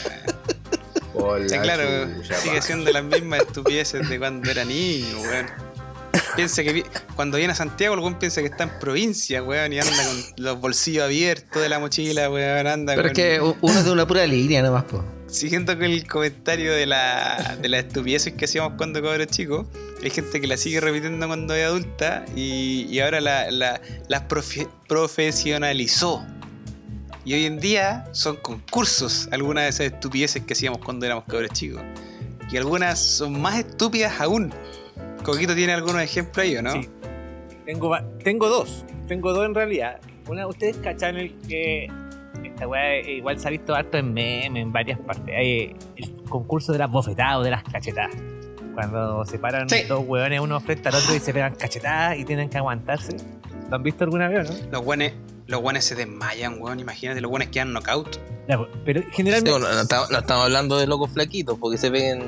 Por Sí, la claro, chucha, sigue pa. siendo las mismas estupideces de cuando era niño, weón. Piensa que cuando viene a Santiago, el weón piensa que está en provincia, weón, y anda con los bolsillos abiertos de la mochila, weón, anda Pero con... es que uno es de una pura línea nomás, po. Siguiendo con el comentario de la estupideces que hacíamos cuando cabros chicos, hay gente que la sigue repitiendo cuando es adulta y ahora las profesionalizó. Y hoy en día son concursos algunas de esas estupideces que hacíamos cuando éramos cabros chicos. Y algunas son más estúpidas aún. Coquito tiene algunos ejemplos ahí, ¿o no? Sí. Tengo dos en realidad. Una, ustedes cachan el que esta weá igual se ha visto harto en memes en varias partes. Hay el concurso de las bofetadas o de las cachetadas. Cuando se paran Sí. dos hueones uno frente al otro y se pegan cachetadas y tienen que aguantarse. ¿Lo han visto alguna vez o no? Los guanes se desmayan, weón. Imagínate, los guanes quedan knockout. Ya, pero generalmente No estamos hablando de locos flaquitos, porque se peguen.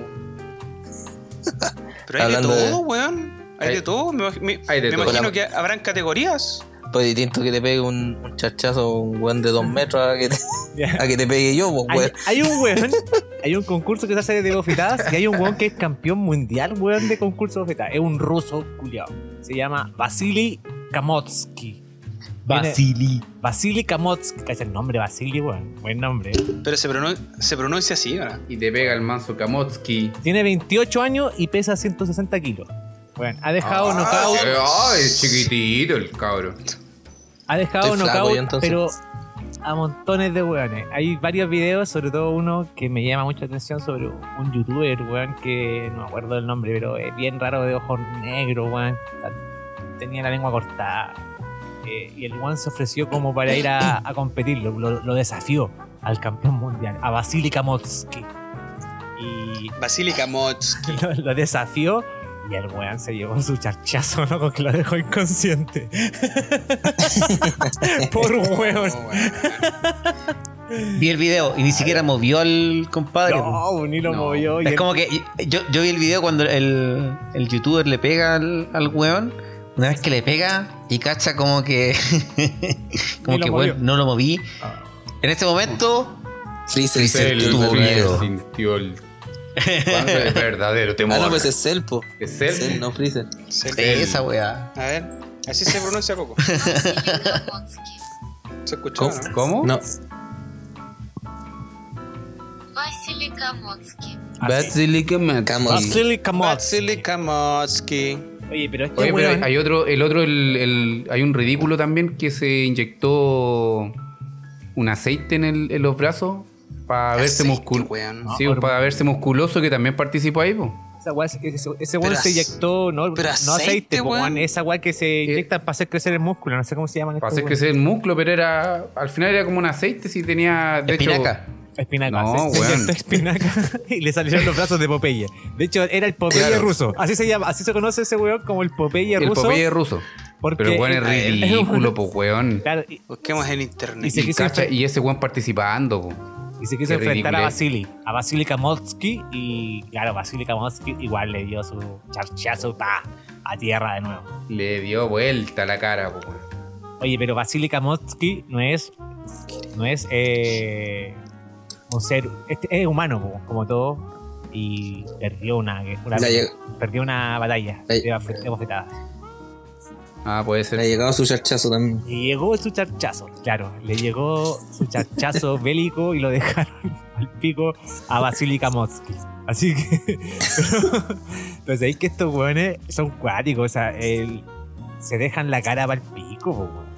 Pero hay Hablando de de- todo, weón. Hay de todo. Me Hay de todo. imagino que habrán categorías. Pues distinto que te pegue un chachazo a un weón de 2 metros ya. a que te pegue yo, pues, weón. Hay un weón, hay un concurso que se hace de bofetadas y hay un weón que es campeón mundial, weón, de concurso de bofetadas. Es un ruso culiao. Se llama Vasily Kamotsky. Vasily Kamotsky. ¿Cacha el nombre? Vasily, weón. Buen nombre. Pero se pronuncia así, ¿verdad? Y te pega el manso Kamotsky. Tiene 28 años y pesa 160 kilos. Bueno, ha dejado knockout. Es chiquitito el cabrón. Ha dejado Estoy flaco knockout, yo, entonces. pero a montones de weones. Hay varios videos, sobre todo uno que me llama mucha atención sobre un youtuber, weón, que no me acuerdo del nombre, pero es bien raro, de ojos negros, weón. Tenía la lengua cortada. Y el weón se ofreció como para ir a competir. Lo desafió al campeón mundial, a Vasily Kamotsky. Y Vasily Kamotsky. lo desafió. Y el weón se llevó su charchazo, ¿no? Que lo dejó inconsciente. Por weón. Oh, weón. Vi el video y ni siquiera movió al compadre. po. No, ni lo No. movió. Y Es el- como que yo vi el video cuando el youtuber le pega al weón. Una vez que le pega y cacha como que Ni lo movió. bueno, no lo moví. En este momento Freezer El tuvo miedo. sintió el verdadero temor. Ah, no, pues es Cell, po. Es Cell. Cell, no Freezer. esa weá. A ver, así se pronuncia Coco. ¿Se escuchó, ¿Cómo? no? ¿Cómo? No. Vasily Kamotsky. Vasily Kamotsky. Vasily Kamotsky. Vasily Kamotsky. Oye, pero este Oye, pero weón. hay otro, hay un ridículo también que se inyectó un aceite en los brazos para verse Aceite, musculoso. weón. Sí, No, para verse musculoso, que también participó ahí, po. Esa weá, ese weón Pero se inyectó, no pero aceite, aceite, po, weón. weón, esa weá que se inyectan para hacer crecer el músculo, no sé cómo se llaman Para estos hacer weones. crecer el músculo, pero era al final era como un aceite, si tenía, de Espinaca. Espinaca, No, se weón. inyectó espinaca y le salieron los brazos de Popeye. De hecho, era el Popeye Claro. ruso. Así se llama, así se conoce ese weón como el Popeye el ruso. Popeye ruso. porque Pero weón es ridículo, po, weón. Claro, Busquemos en internet. Y se Y, quiso cacha, enfrentar- y ese weón participando, po. y se quiso Qué enfrentar a ridiculez. Vasily Kamotsky. Y claro, Vasily Kamotsky igual le dio su charchazo a tierra de nuevo. Le dio vuelta la cara, po, weón. Oye, pero Vasily Kamotsky no es un ser, es humano como todo, y perdió una batalla de bofetadas. Ah, puede ser. Le ha llegado su charchazo también. Le llegó su charchazo, claro, le llegó su charchazo bélico y lo dejaron al pico a Vasily Kamotsky. Así que, pero sabéis que estos weones son cuáticos, o sea, se dejan la cara para el pico, po, weón.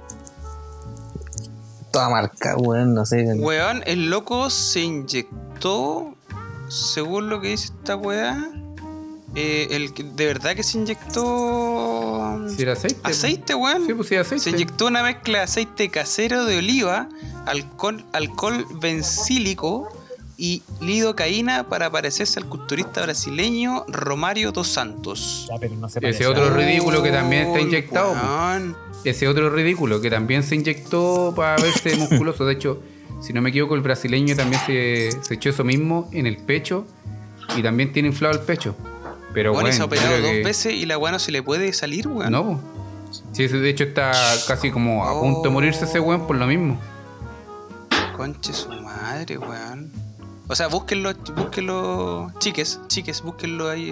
Toda marca, weón, no sé. Weón, el loco se inyectó, según lo que dice esta weá, de verdad que se inyectó Si era aceite. po. aceite, weón. Sí, pues sí, aceite. Se inyectó una mezcla de aceite casero de oliva, alcohol bencílico y lidocaína para parecerse al culturista brasileño Romário dos Santos. Ya, pero no se Ese parece. otro ridículo que también está Oh, inyectado, po. weón. Ese otro ridículo que también se inyectó para verse musculoso. De hecho, si no me equivoco, el brasileño también se echó eso mismo en el pecho y también tiene inflado el pecho. Pero Bueno, bueno, se ha yo operado creo 2 que- veces y la weá no se le puede salir, weón. No, po. Sí, eso de hecho está casi como a punto de morirse ese weón por lo mismo. Conche su madre, weón. O sea, búsquenlo, chiques, búsquenlo ahí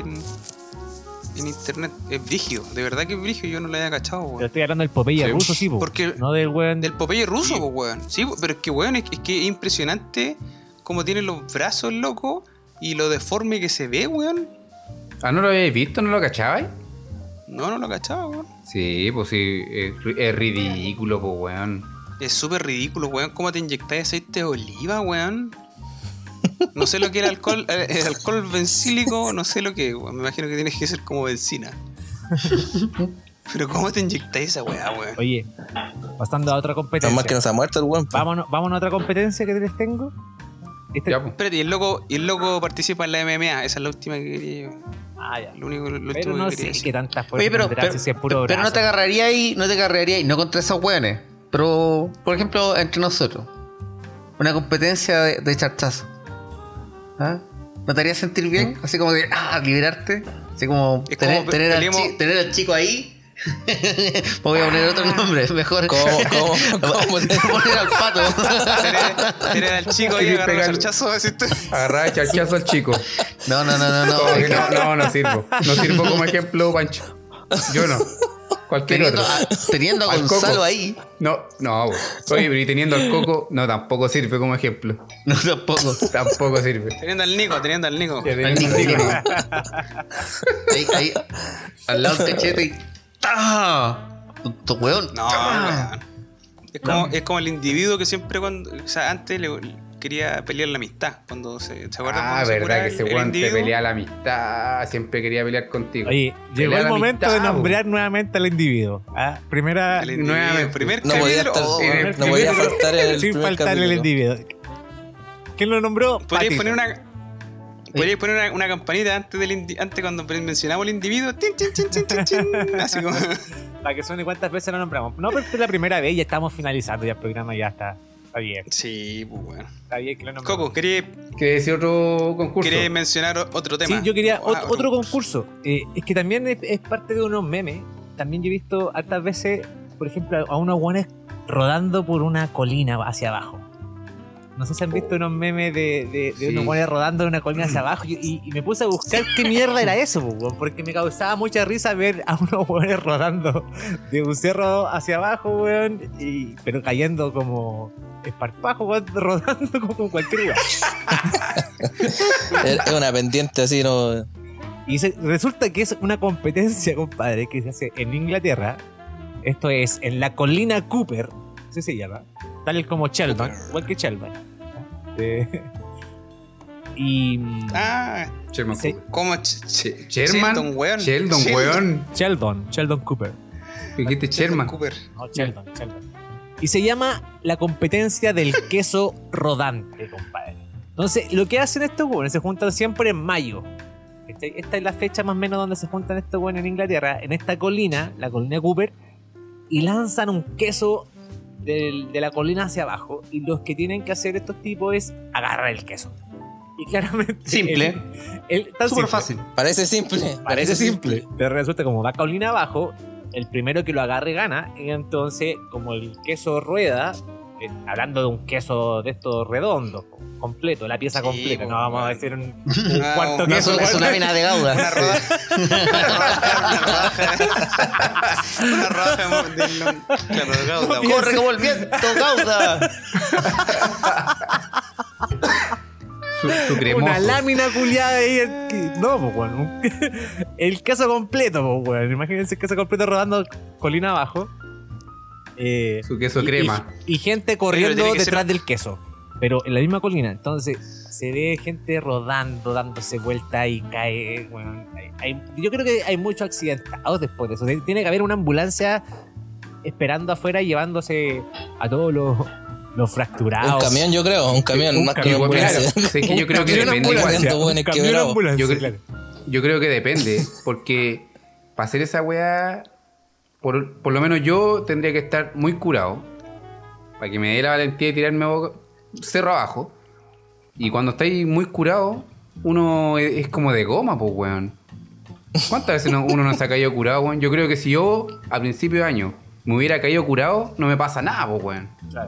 en internet. Es brígido, de verdad que es brígido, yo no lo había cachado, Pero weón. estoy hablando del Popeye Sí. ruso, sí, po. Porque- No del weón. Del Popeye ruso, po, weón. Sí, pero es que, weón, es que es impresionante cómo tiene los brazos, loco, y lo deforme que se ve, weón. Ah, ¿no lo habéis visto? ¿No lo cachabais? No lo cachaba, weón. Sí, pues sí, es ridículo, pues weón. Es súper ridículo, weón. ¿Cómo te inyectáis aceite de oliva, weón? No sé lo que era el alcohol bencílico, no sé lo que es, weón. Me imagino que tienes que ser como benzina. Pero ¿cómo te inyectáis esa weá, weón? Oye, pasando a otra Nada competencia. más que no se ha muerto el weón. po. Vámonos a otra competencia que les tengo. Ya, pues. Espérate, y el loco participa en la MMA. Esa es la última que quería yo. Ah, ya. Lo último Pero no que quería sé decir. qué tanta fuerza Oye, pero tendrá si es puro no brazo. te agarraría ahí, no contra esos weones. Pero, por ejemplo, entre nosotros. Una competencia de charchazo. ¿Ah? ¿No te haría sentir bien? Así como de, liberarte. Así como Es tener, como tener, al peleemos- tener al chico ahí. Voy a poner otro nombre, mejor. ¿Cómo te- Poner al pato. Tener al chico ahí Quería agarrando pegar- charchazo, decís tú. Agarrar charchazo al chico. No. Como es que que no sirvo. No sirvo como ejemplo, Pancho. Yo no. Cualquier teniendo, otro. teniendo a Al Gonzalo Coco. ahí. No, güey. Oye, pero y teniendo al Coco, no, tampoco sirve como ejemplo. No, tampoco. Tampoco sirve. Teniendo al Nico. Teniendo Nico, al Nico, Nico. no. Ahí, al lado del cachete y. ¡Ah! Tu weón. No, ¡Ah! weón. Es como el individuo que siempre o sea, antes le quería pelear la amistad. Cuando se acuerdan. Ah, cuando se verdad cura que ese el weón te individuo? pelea la amistad. Siempre quería pelear contigo. Oye, llegó Pelea el la momento amistad, de nombrar nuevamente al individuo. Ah, primera. El individuo, Nuevamente. primer No podía capítulo, estar, oh, en weón. el no podía primer- faltar el sin primer faltar el capítulo. individuo. ¿Quién lo nombró? Podríais Patito. poner una campanita antes antes cuando mencionamos el individuo. Tin, tin, tin, tin, tin, tin, así como. Para que suene cuántas veces lo nombramos. No, pero esta es la primera vez, ya estamos finalizando, ya el programa ya está. Está bien. Sí, pues bueno. Está bien que lo nombramos. Coco, ¿querías ¿Qué decir otro concurso? mencionar otro tema? Sí, yo quería Ah, otro concurso. Es que también es parte de unos memes. También yo he visto hartas veces, por ejemplo, a unos guanes rodando por una colina hacia abajo. No sé si han visto unos memes de Sí. unos guanes rodando de una colina hacia abajo. Y me puse a buscar qué mierda era eso, po, weón, porque me causaba mucha risa ver a unos guanes rodando de un cerro hacia abajo, weón, pero cayendo como esparpajo, weón, rodando como cualquier weón. Es una pendiente así, ¿no? Y resulta que es una competencia, compadre, que se hace en Inglaterra. Esto es en la colina Cooper, así se llama. Tal como Sheldon, igual que Sheldon. Y. Ah, Sherman Sí. Cooper. ¿cómo? Sherman. weón. Sheldon, weón. Sheldon Cooper. Dijiste Sherman. Cooper. No, Sheldon. Y se llama la competencia del queso rodante, compadre. Entonces, lo que hacen estos güeyes se juntan siempre en mayo. Esta es la fecha más o menos donde se juntan estos güeyes en Inglaterra, en esta colina, la colina Cooper, y lanzan un queso de la colina hacia abajo. Y los que tienen que hacer estos tipos es agarrar el queso. Y claramente. Simple. Tan Súper simple. fácil. Parece simple. Parece simple, pero resulta como va colina abajo, el primero que lo agarre gana, y entonces como el queso rueda, hablando de un queso de estos redondos, completo, la pieza Sí, completa, pues, no vamos a bueno. decir un Ah, cuarto no, queso. Es una mina de gauda. Una rodaja. Una rodaja claro, de gauda, weón. Corre como el viento, gauda. Su cremoso. Una lámina culiada ahí. No, pues, bueno. El queso completo, pues, bueno. Imagínense el queso completo rodando colina abajo. Su queso crema. Y gente Pero corriendo tiene que detrás ser- del queso. Pero en la misma colina. Entonces se ve gente rodando, dándose vuelta y cae. Bueno, yo creo que hay muchos accidentados después de eso. Tiene que haber una ambulancia esperando afuera y llevándose a todos los fracturados. Un camión, yo creo. Un camión, Un más camión, que una Claro, ambulancia. sé que yo creo que Camión depende ambulancia, igual. Tanto un buenos camión quebrados. ambulancia, Yo creo- claro. Yo creo que depende, porque para hacer esa weá, por lo menos yo tendría que estar muy curado, para que me dé la valentía de tirarme cerro abajo. Y cuando estáis muy curado, uno es como de goma, pues weón. ¿Cuántas veces uno no se ha caído curado, weón? Yo creo que si yo, a principio de año, me hubiera caído curado, no me pasa nada, pues, weón. Claro.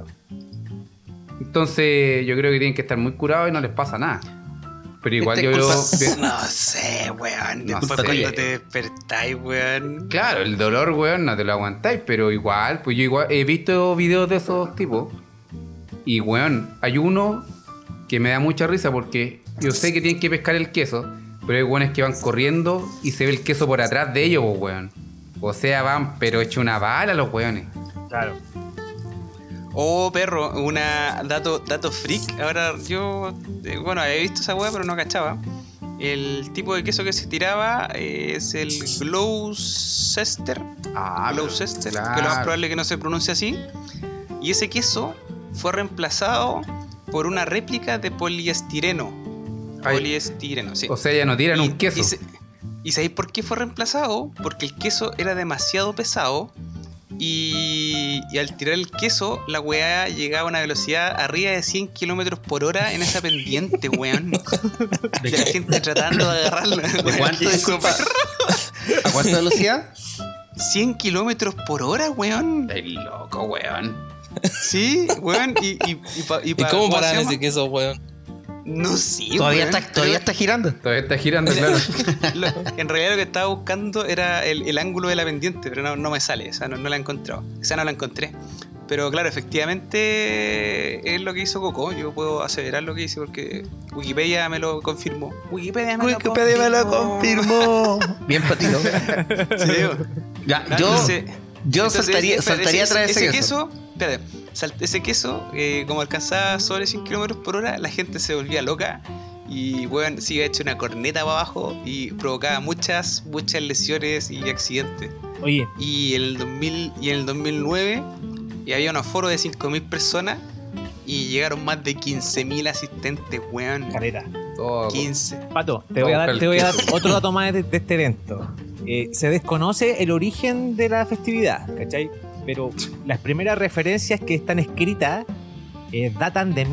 Entonces, yo creo que tienen que estar muy curados y no les pasa nada. Pero igual yo veo... No sé, weón. No Después sé. cuando te despertáis, weón. Claro, el dolor, weón, no te lo aguantáis, pero igual, pues yo igual he visto videos de esos tipos. Y, weón, hay uno que me da mucha risa porque yo sé que tienen que pescar el queso, pero hay weones que van corriendo y se ve el queso por atrás de ellos, pues, weón. O sea, van, pero hecho una bala los weones. Claro. Oh, perro, dato freak. Ahora yo, bueno, había visto esa weá, pero no cachaba. El tipo de queso que se tiraba es el Gloucester. Gloucester, claro. que lo más probable es que no se pronuncie así. Y ese queso fue reemplazado por una réplica de poliestireno. Ay. Poliestireno, sí. O sea, ya no tiran un queso. ¿Y sabéis por qué fue reemplazado? Porque el queso era demasiado pesado. Y al tirar el queso, la weá llegaba a una velocidad arriba de 100 km por hora en esa pendiente, weón. De la gente tratando de agarrarla. ¿De cuánto, disculpa? ¿A cuánta velocidad? 100 km por hora, weón. Estás loco, weón. Sí, weón. ¿Y cómo paran ese queso, weón? No sé, Todavía weón. está girando. Todavía está girando, claro. En realidad lo que estaba buscando era el ángulo de la pendiente, pero no me sale, esa no la he encontrado. Esa no la encontré. Pero claro, efectivamente es lo que hizo Coco. Yo puedo aseverar lo que hice porque Wikipedia me lo confirmó. Wikipedia me lo confirmó. Bien patito. Sí, digo. Ya, No, yo entonces, saltaría atrás de ese queso. Espérate, ese queso, como alcanzaba sobre 100 km por hora, la gente se volvía loca. Y bueno, sí, hecho una corneta para abajo y provocaba muchas lesiones y accidentes. Oye, Y en el 2009 y había un aforo de 5.000 personas y llegaron más de 15.000 asistentes, weón. caleta. Todo. 15. Pato, te voy a dar otro dato más de este evento. Se desconoce el origen de la festividad, ¿cachai? Pero las primeras referencias que están escritas datan de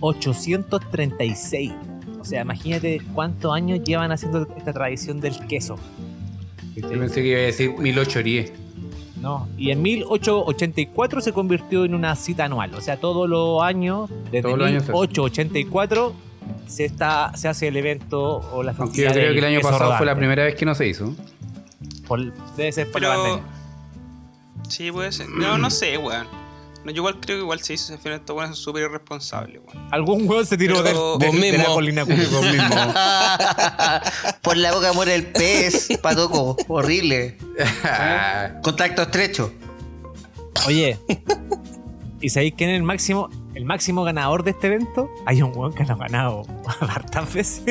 1836. O sea, imagínate cuántos años llevan haciendo esta tradición del queso. Yo pensé que iba a decir 1810. No, y en 1884 se convirtió en una cita anual. O sea, todos los años, desde Todos los años se hace. 1884, se hace el evento o la Aunque yo festividad. creo del que el año queso pasado fue la rodante. primera vez que no se hizo. Debe ser por la Pero. pandemia. Sí, puede ser. No sé, weón. No, yo igual creo que igual se hizo ese final, estos weones son súper irresponsables, weón. Algún hueón se tiró Pero- de Vos la mismo. colina Cuco. Vos mismo. Por la boca muere el pez, patoco. Horrible. Contacto estrecho. Oye, ¿y sabéis quién es el máximo ganador de este evento? Hay un hueón que lo ha ganado hartas veces.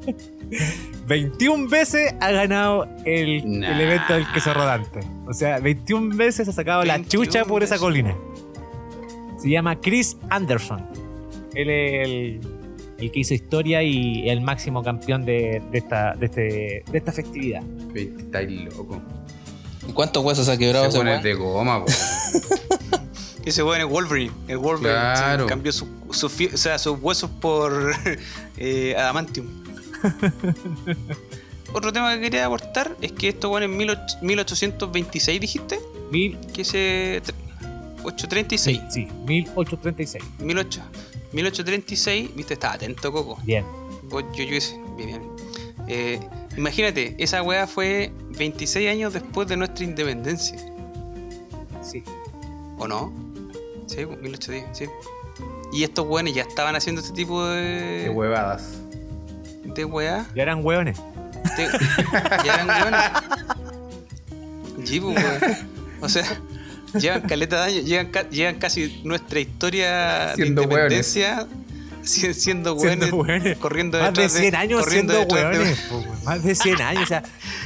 21 veces ha ganado el evento del queso rodante. O sea, 21 veces ha sacado la 21 chucha por esa veces. colina. Se llama Chris Anderson. Él es el que hizo historia y el máximo campeón de esta festividad. Estáis loco. ¿Y cuántos huesos ha quebrado Se ese pone weón? de goma, po. Ese weón es Wolverine. El Wolverine Claro. sí, cambió sus huesos por adamantium. Otro tema que quería aportar es que esto bueno en 1826 dijiste Mil- que se 836 Sí, 1836. 1836, viste, estaba atento, Coco. Bien. Yo hice bien. Imagínate, esa weá fue 26 años después de nuestra independencia, Sí. ¿o no? Sí, 1810, sí. Y estos weones ya estaban haciendo este tipo Qué huevadas. de weá. Ya eran hueones. Ya eran weones. Sí, pues, weón. O sea, llevan caleta de años, llevan casi nuestra historia Siendo de independencia siendo weones, hueones. corriendo Más de detrás 100 años corriendo siendo detrás de- hueones. po, weón. Más de 100 años, o sea.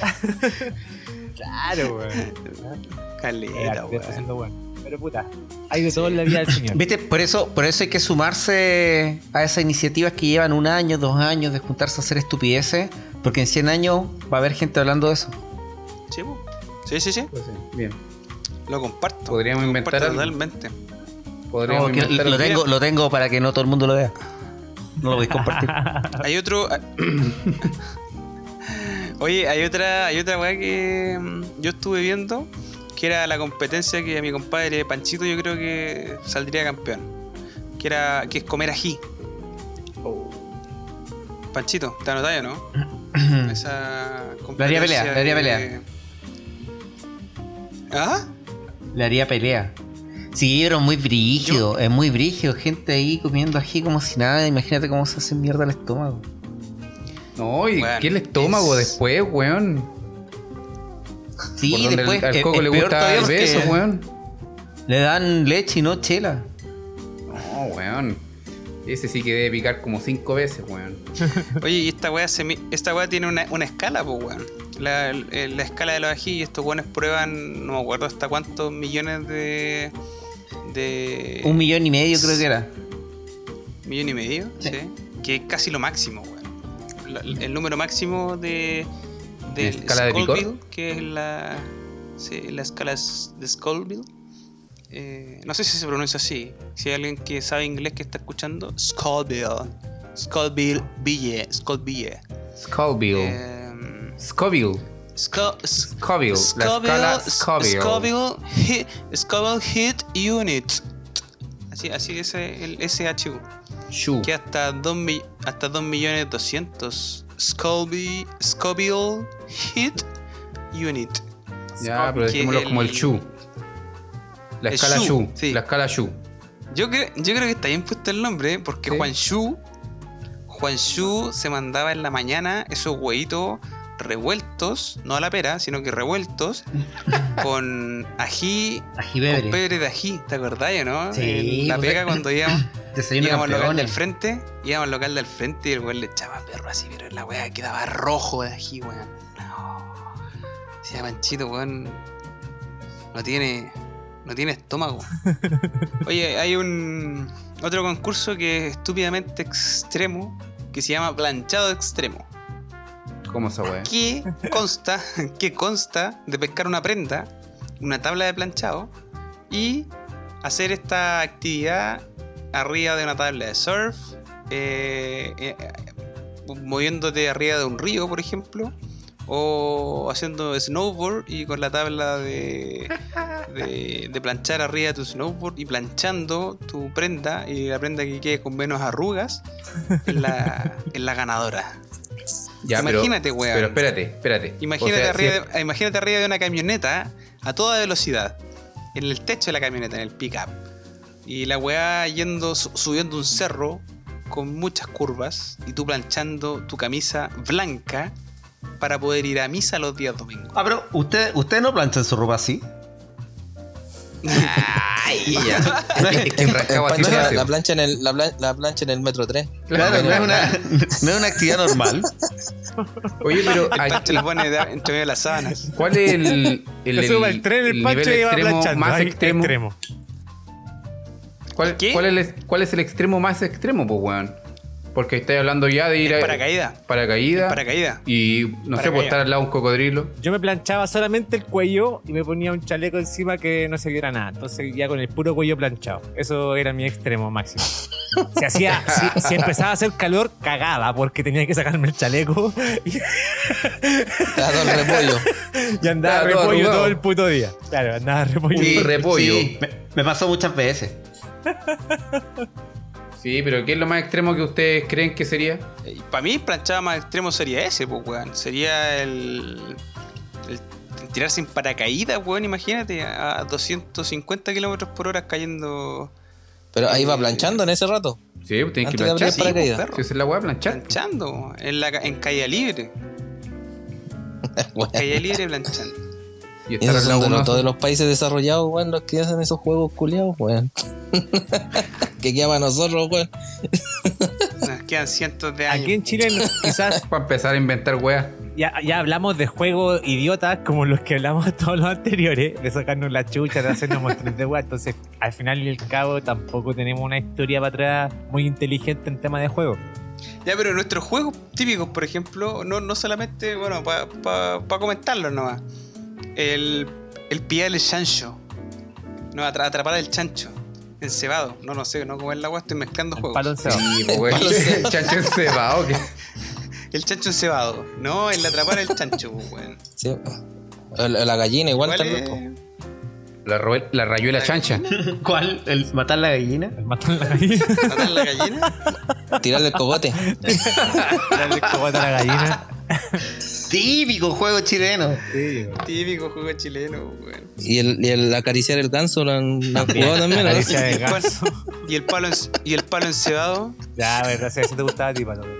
Claro, weón. Caleta, weón. Siendo weón. Pero puta, hay de todo en la vida del señor. ¿Viste? Por eso hay que sumarse a esas iniciativas que llevan 1 año, 2 años de juntarse a hacer estupideces, porque en 100 años va a haber gente hablando de eso. Sí, po. Sí. Pues sí, bien. Lo comparto. Podríamos Lo inventar comparto algo. totalmente. Podríamos No, que inventar lo algo. tengo para que no todo el mundo lo vea. No lo voy a compartir. Hay otro. Oye, hay otra weá que yo estuve viendo, que era la competencia que mi compadre Panchito yo creo que saldría campeón. Que es comer ají. Panchito, ¿te anotáis o no? Esa competencia. Le haría pelea. ¿Ah? Le haría pelea. Sí, pero muy brígido, es muy brígido. Gente ahí comiendo ají como si nada. Imagínate cómo se hace mierda el estómago. No, y Bueno, ¿qué el estómago después, weón? Sí, Por donde después al Coco es le peor gusta todavía el beso, porque weón. le dan leche y no chela. No, weón. Ese sí que debe picar como 5 veces, weón. Oye, y esta weá tiene una escala, pues weón. La escala de los ají, y estos weones prueban, no me acuerdo hasta cuántos millones de 1,5 millones creo que era. 1,5 millones, sí. Que es casi lo máximo, weón. El número máximo de escala de Scoville, picor, que es la escala de Scoville. No sé si se pronuncia así. Si hay alguien que sabe inglés que está escuchando, Scoville. Scoville. Scoville. Scoville. La escala Scoville. Scoville Hit Unit. Así es el SHU. Shu. Que hasta 2.200.000 Scoville Hit Unit. Ya, pero Que dejémoslo como el Shu. La el escala Shu, Shu. sí. La escala Shu. Yo creo que está bien puesto el nombre, porque Sí. Juan Shu se mandaba en la mañana esos huevitos revueltos, no a la pera, sino que revueltos, con ají, Ají con bebre. pebre de ají, ¿te acordás, no? Sí, En la pues, pega cuando íbamos Desayuno al local del campeones. frente, y el weón le echaba perro así, pero la weá quedaba rojo de ají, weón. No. Decía Panchito, weón, no tiene estómago. Oye, hay otro concurso que es estúpidamente extremo, que se llama planchado extremo. ¿Cómo esa weá? Que consta de pescar una prenda, una tabla de planchado, y hacer esta actividad arriba de una tabla de surf, moviéndote arriba de un río, por ejemplo, o haciendo snowboard y con la tabla de planchar arriba de tu snowboard y planchando tu prenda, y la prenda que quede con menos arrugas es la ganadora. Ya, Imagínate, weón. Pero espérate. Imagínate, O sea, imagínate arriba de una camioneta a toda velocidad, en el techo de la camioneta, en el pick-up, y la weá subiendo un cerro con muchas curvas, y tú planchando tu camisa blanca para poder ir a misa los días domingos. Ah, pero ¿usted no planchan su ropa así? Ay, ya. Es que en Rancagua así se hace. La plancha en el metro 3. Claro, no es una actividad normal. Oye, pero El Pancho lo pone entre medio de las sábanas. ¿cuál es el Se sube al tren el Pancho nivel y va extremo planchando. más Ahí, extremo? ¿Qué? ¿Cuál es el extremo más extremo, pues, weón? Porque estáis hablando ya de ir a... Paracaídas. Paracaídas. Y, no sé, pues estar al lado de un cocodrilo. Yo me planchaba solamente el cuello y me ponía un chaleco encima que no se viera nada. Entonces ya con el puro cuello planchado. Eso era mi extremo máximo. Si empezaba a hacer calor, cagaba porque tenía que sacarme el chaleco y Todo el repollo. andaba Claro, repollo arrugado. todo el puto día. Claro, andaba repollo. Un repollo. Sí, me pasó muchas veces. Sí, pero ¿qué es lo más extremo que ustedes creen que sería? Para mí, planchado más extremo sería ese, pues, weón. Sería el tirarse sin paracaídas, weón. Imagínate, a 250 kilómetros por hora cayendo. Pero ahí va planchando en ese rato. Sí, pues tienen que Antes de abrir planchar. el paracaídas. pues, perro. Si esa es la weá, planchar. Planchando, en calle libre. Bueno, Calle libre planchando. Y estar esos al son lado de de un todos oso. los países desarrollados, weón, los que hacen esos juegos culiados, weón. Que queda para nosotros, weón. Nos quedan cientos de años. Aquí en Chile quizás Para empezar a inventar weas. ya hablamos de juegos idiotas como los que hablamos todos los anteriores, de sacarnos la chucha, de hacernos montones de weas. Entonces, al final y al cabo, tampoco tenemos una historia para atrás muy inteligente en tema de juegos. Ya, pero nuestros juegos típicos, por ejemplo, no solamente, bueno, para comentarlos nomás. El pillar el chancho. No, atrapar el chancho. Encebado. No sé, no comer la agua, estoy mezclando juegos. Palo encebado. Sí, pues, weón. El chancho encebado. El chancho encebado. No, el atrapar el chancho, pues, weón. Sí. La gallina igual tal vez. La rayuela chancha. ¿Cuál? ¿El matar la gallina? Matan la gallina. ¿Matar la gallina? Tirarle el cogote. Darle el cogote a la gallina. Típico juego chileno. Sí, weón. Típico juego chileno, weón. Y el acariciar el ganso lo han jugado también, ¿no? Caricia de Y el palo- ganso. y el palo encebado. Ya, verdad, si te gustaba a ti, Pato.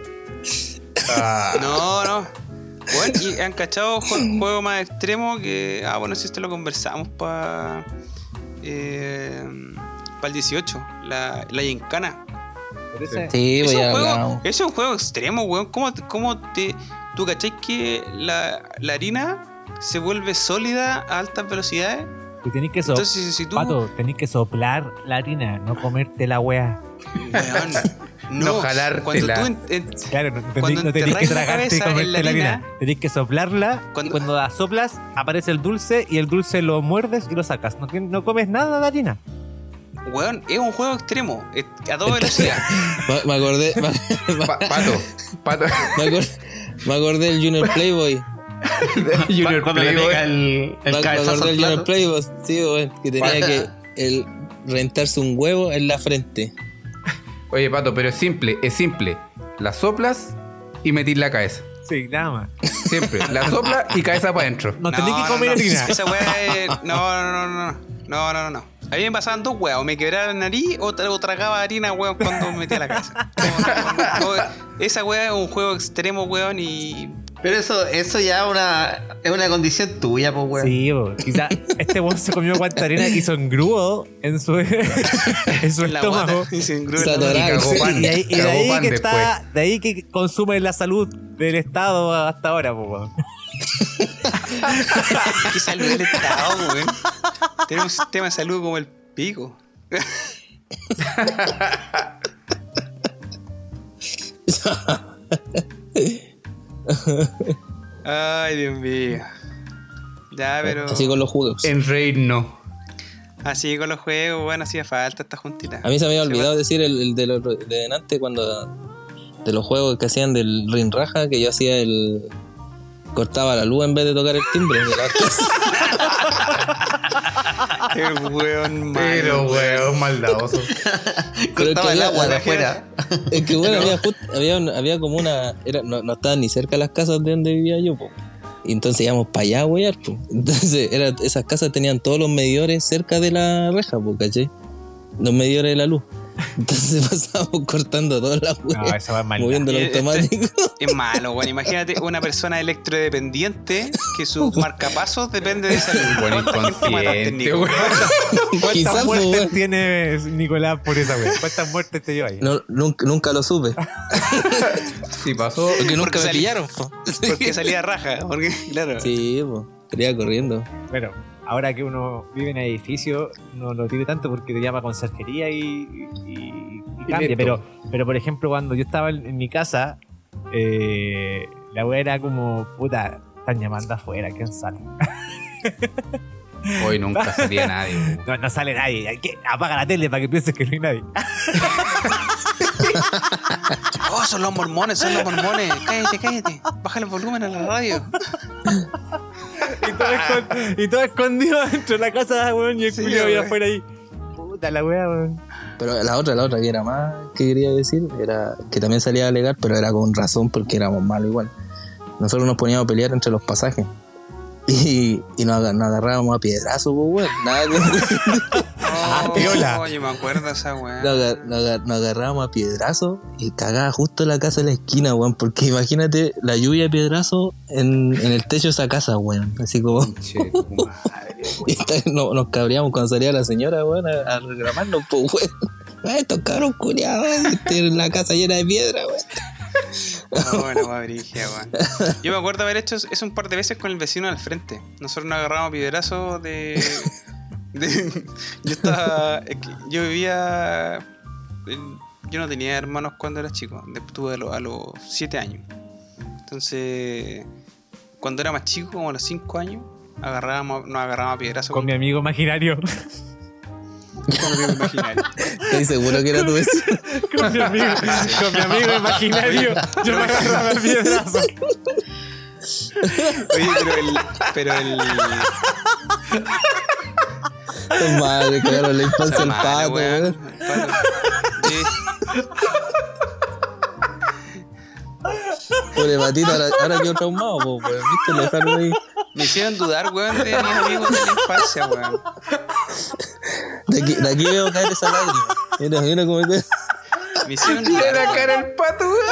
No. Bueno, y han cachado juego más extremo que. Bueno, si esto lo conversamos para el 18, la gincana. Por eso es- Sí, pues ya Ese hablamos. es un juego extremo, weón. ¿Tú cachai que la harina se vuelve sólida a altas velocidades? tú tenés que Entonces, si tú. Pato, tenés que soplar la harina, no comerte la wea. Weón, No jalártela. Cuando tú Claro, no Cuando tenés que enterráis la tragarte y cabeza en comerte la la harina. harina, Tenés que soplarla y cuando- cuando la soplas aparece el dulce y el dulce lo muerdes y lo sacas. No comes nada de harina. Weón, es un juego extremo, a toda velocidad. Me acordé. Pato. Me acordé del Junior Playboy. Junior Cuando le Playboy. pega el Me cabezazo acordé al del Junior plato. Playboy. Sí, weón. Que tenía que rentarse un huevo en la frente. Oye, Pato, pero es simple. La soplas y metís la cabeza. Sí, nada más. Siempre. La sopla y cabeza para adentro. No tenés que comer harina. Esa weá es. No. A mí me pasaban dos weas, o me quebraba la nariz o tragaba harina, weón, cuando me metía la cabeza. No. Esa weá es un juego extremo, weón, y. Pero eso ya es una condición tuya, pues, weón. Sí, bo. Quizá este weón se comió cuánta harina que hizo engrudo en su, en su La estómago. guata, y se engruda Se la atoraba. boca. cagó pan. Y de Cagó ahí pan que después. de ahí que consume la salud del Estado hasta ahora, po, weón. ¿Qué salud del Estado, weón? Tenemos un sistema de salud como el pico. Ay, Dios mío. Ya, pero. Así con los juegos. En reír no. Así con los juegos, bueno, hacía falta esta juntita. A mí se me había olvidado decir el de delante cuando. De los juegos que hacían del Ring Raja, que yo hacía el. Cortaba la luz en vez de tocar el timbre de la casa. El weón malo. Pero, weón, maldadoso. Pero Cortaba es el que agua de había- afuera. Es que bueno, había como una. No estaban ni cerca las casas de donde vivía yo, po. Y entonces íbamos para allá a huear, po. Entonces esas casas tenían todos los medidores cerca de la reja, po, ¿cachai? Los medidores de la luz. Entonces pasábamos cortando todas las No, huevas, esa va mal. moviendo el Y automático. Es malo, weón. Imagínate una persona electrodependiente que su marcapasos depende de esa luz. Bueno, ¿Cuánta gente mataste, inconsciente, Nico? weón. Quizás, ¿Cuántas po, muertes weón. tiene Nicolás por esa wea? ¿Cuántas muertes te lleva ahí? No, nunca lo supe. Sí pasó. Porque nunca Porque me salí- pillaron, po. Porque salía raja. Porque, claro. Sí, po. Salía corriendo. Bueno, ahora que uno vive en edificio, no lo tiene tanto porque te llama conserjería y cambia. listo. Pero, por ejemplo, cuando yo estaba en mi casa, la wea era como, puta, están llamando afuera, ¿quién sale? Hoy nunca salía nadie, weón. No sale nadie. Apaga la tele para que pienses que no hay nadie. Oh, son los mormones. Cállate. Baja el volumen a la radio. Y todo escondido dentro de la casa, weón, y el Sí, culiao ahí weón. afuera ahí. Puta la wea, weón. Pero la otra que era más que quería decir, era que también salía a alegar, pero era con razón porque éramos malos igual. Nosotros nos poníamos a pelear entre los pasajes. Y nos agarrábamos a piedrazos, pues, weón. Nada Oh, piola. Oye, me acuerdo de esa weá. nos agarrábamos a piedrazos y cagaba justo la casa de la esquina, weón. Porque imagínate la lluvia de piedrazos en el techo de esa casa, weón. Así como Che, tu madre, weón. nos cabríamos cuando salía la señora, weón, a reclamarnos, pues, weón. Ah, estos cabros culiados, en la casa llena de piedra, weón. No, bueno, va brigia, weón. Yo me acuerdo haber hecho eso un par de veces con el vecino al frente. Nosotros nos agarramos piedrazos de. Yo vivía. Yo no tenía hermanos cuando era chico. Tuve a los 7 años. Entonces, cuando era más chico, como a los 5 años, nos agarrábamos a piedrazos Con mi amigo imaginario. con mi amigo imaginario. Estoy seguro que era tu vecino. Con mi amigo imaginario. Yo me agarraba el piedrazo. Oye, pero el Madre, cagaron la infancia esa del mala, pato, weón. weón. El pato. Sí. Pobre patito, ahora quedó traumado, po, weón. ¿Viste? Lo dejaron ahí. Me hicieron dudar, weón, de mis amigos de la infancia, weón. De aquí veo caer esa lágrima. Mira cómo queda. Me hicieron Mira dudar. la weón. cara del pato, weón.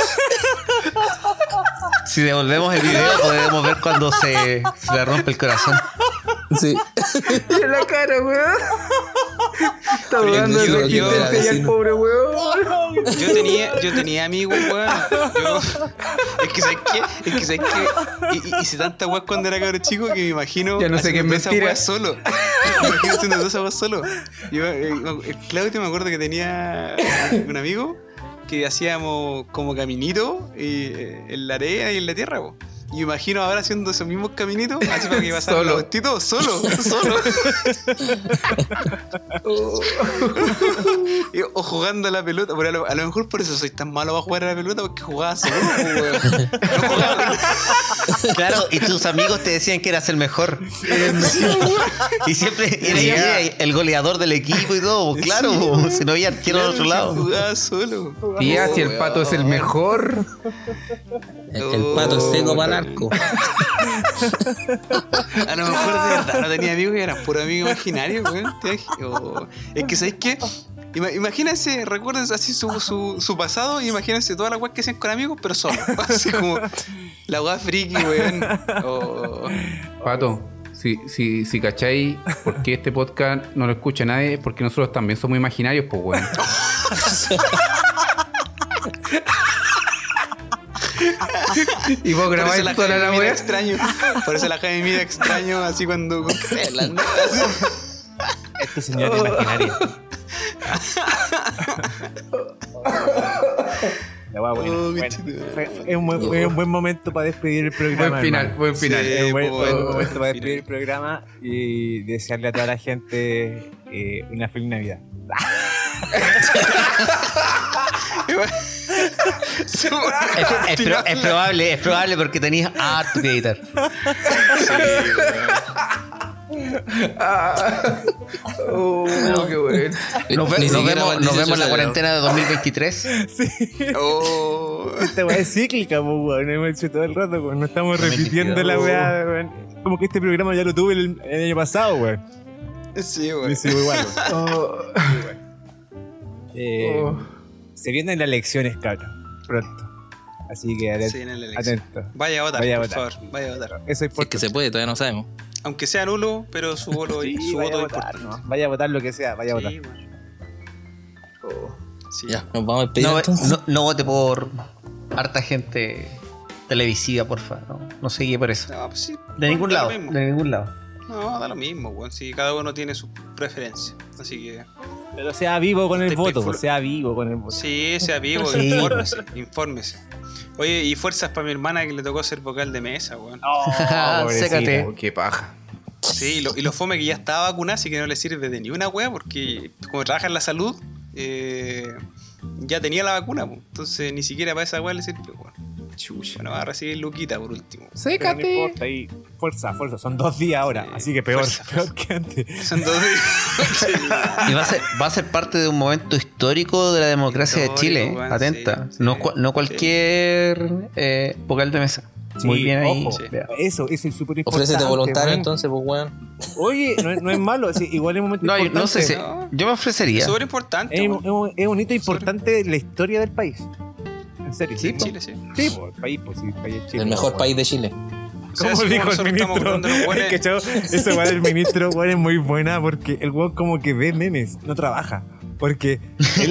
Si devolvemos el video, podemos ver cuando se le rompe el corazón. Sí. Mira la cara, weón. Está Pero dudando de su yo- existencia ya el vecino. pobre weón. Yo tenía amigos, weón. Es que ¿sabes qué? Hice tanta weá cuando era cabrón chico que me imagino. Ya no sé qué es haciendo esa mentira. weá solo. Me imagino haciendo toda esa weá solo. El Claudio, me acuerdo que tenía un amigo que hacíamos como caminito en la arena y en la tierra, po. Y me imagino ahora haciendo esos mismos caminitos, así para que pasaran Solo. los vestidos, solo. O jugando a la pelota. Pero a lo mejor por eso soy tan malo para jugar a la pelota, porque jugaba solo, po, weón. No jugaba Claro, y tus amigos te decían que eras el mejor. Y siempre eras el goleador del equipo y todo, pues, claro, pues, si no había arquero al otro lado. Jugaba solo. Tía, si el weón. pato es el mejor. El pato es seco para el arco. A lo mejor de verdad no tenía amigos y eran puro amigos imaginarios, weón. Es que, ¿sabes qué? Imagínense, recuerden así su pasado y imagínense todas las weas que hacían con amigos, pero solo. Así como la wea friki, weón. Pato, si cacháis por qué este podcast no lo escucha nadie, porque nosotros también somos imaginarios, pues weón. Y vos Por eso grabáis la toda Jaime la mira weá. extraño. Por eso la Jaime mira extraño, así cuando. Hablando. Este señor imaginario. La wea buena. Oh, Bueno, bichito. es un buen momento para despedir el programa. Buen final, hermano. buen final. Sí. Es un buen buen momento para final. despedir el programa y desearle a toda la gente una feliz Navidad. Es probable porque tenías harto que editar. Oh, qué bueno. Ni siquiera para el Nos 18 vemos en la salió. cuarentena de 2023. Oh. Esta weá es cíclica, pues, weón. Hemos hecho todo el rato, weón. No estamos repitiendo la weá, weón. Como que este programa ya lo tuve el año pasado, weón. Sí, Y weón. sigo igual, weón. Oh, oh. Se vienen las elecciones, cabrón. Pronto. Así que Sí, en la elección. atento. Vaya a votar, Vaya a por votar. favor. Vaya a votar. Eso es Si es que importante. se puede, todavía no sabemos. Aunque sea nulo, pero su voto, Sí, su vaya voto a es votar, importante. ¿no? Vaya a votar lo que sea, vaya a votar. Sí, weón. Sí. Ya, nos vamos a despedir entonces. No vote por harta gente televisiva, porfa. No se guíe por eso. No, pues sí. De ningún da lado. lo mismo. De ningún lado. No, da lo mismo, weón. Si cada uno tiene su preferencia. Así que. Pero sea vivo con el Estoy voto, full. sea vivo con el voto. Sí, sea vivo, Sí. infórmese. Oye, y fuerzas para mi hermana que le tocó ser vocal de mesa, weón. Sécate. Oh, qué paja. Sí, y lo fome que ya está vacunada, así que no le sirve de ni una wea, porque como trabaja en la salud, ya tenía la vacuna, pues. Entonces ni siquiera para esa wea le sirve, weón. Chucha. Bueno, va a recibir Luquita por último. Pero no Sécate. importa, ahí. Fuerza. Son 2 días ahora, Sí, así que peor fuerza. que antes. Son 2 días. Y va a ser parte de un momento histórico de la democracia de Histórico, Chile. weón, Atenta. sí, No, sí. no cualquier vocal de mesa. Muy Sí, bien ahí. ojo, Sí. eso es súper importante. Ofrécete voluntario weón. entonces, pues weón. Oye, no es malo, sí, igual es un momento No, importante. no sé si. No. Yo me ofrecería. Es súper importante. Es, weón. es un hito importante de la historia del país. En serio. Sí, Chile, sí. Sí, po, el país, pues sí, el país es Chile. El mejor po, país de Chile. O sea, Como así dijo el nosotros estamos ministro, jugando los buenos- ¿cachai? Esa weá del ministro, weón, es muy buena porque el weón como que ve memes, no trabaja. Porque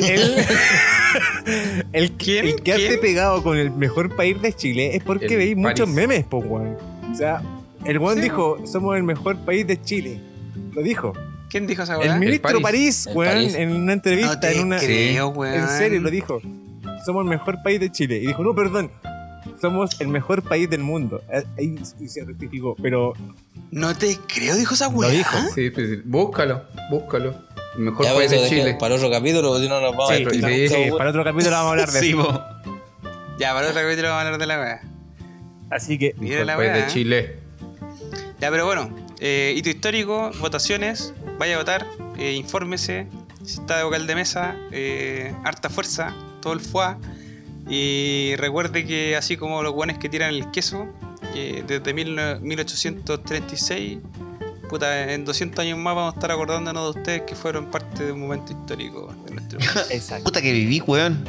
el ¿Quién? quedarte ¿Quién? pegado con el mejor país de Chile es porque El veis muchos París. memes, po, weón. O sea, el weón Sí. dijo, somos el mejor país de Chile. Lo dijo. ¿Quién dijo esa El weá? ministro París. París, El weón, París. en una entrevista, No te en una... creo, weón. En serio, lo dijo. Somos el mejor país de Chile. Y dijo, no, perdón. Somos el mejor país del mundo. Ahí se rectificó, pero No te creo, dijo esa lo weá. dijo. Sí, pues, búscalo. El mejor Ya, país eso de dejé Chile. para otro capítulo, si no nos vamos Sí, a explicar. sí, para otro capítulo vamos a hablar de Sí, eso. po. Ya, para otro capítulo vamos a hablar de la weá. Así que, Mira El la país weá. de Chile. Ya, pero bueno, hito histórico, votaciones, vaya a votar, infórmese, si está de vocal de mesa, harta fuerza, todo el fuá. Y recuerde que así como los guanes que tiran el queso, desde 1836, puta, en 200 años más vamos a estar acordándonos de ustedes que fueron parte de un momento histórico de nuestro país. exacto. Puta que viví, weón.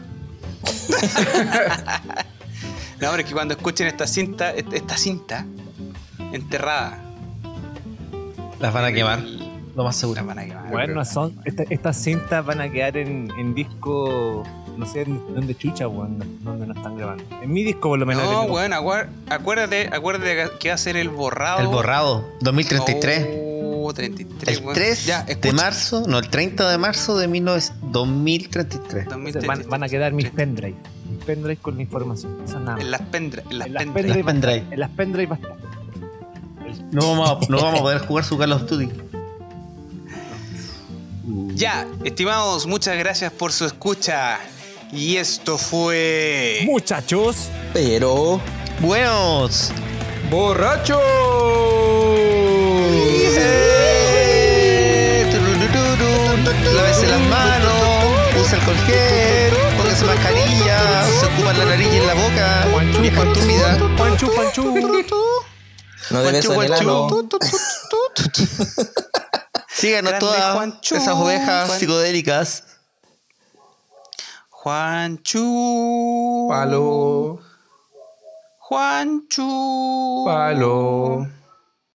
No, pero es que cuando escuchen esta cinta enterrada, Las van a quemar. Lo más seguro. la van a quemar. Bueno, estas cintas van a quedar en disco, no sé dónde chucha, weón, donde no están grabando. En mi disco por lo menos. No, tengo- weón, acuérdate que va a ser el borrado. El borrado, 2033. Oh, 33, El weón. 3 Ya, de escucha. marzo, no, el 30 de marzo de 2033. Entonces van a quedar mis pendrive. Mis pendrive con la información. Eso nada más. En las pendrive. En las En las pendrive. pendrive. pendrive. En las pendrive va a estar. No vamos a poder jugar su Call of Duty. Ya, estimados, muchas gracias por su escucha. Y esto fue. Muchachos. Pero Buenos. ¡Borracho! Lávese las manos, usa alcohol gel, póngase mascarilla, se ocupa la nariz y en la boca. Vieja estúpida. Juanchu, Juanchu. no debes Juanchu, en el ano. Síganos Grande todas Juanchu, esas ovejas Juan- psicodélicas. Juanchu. Palo. Juanchu. Palo.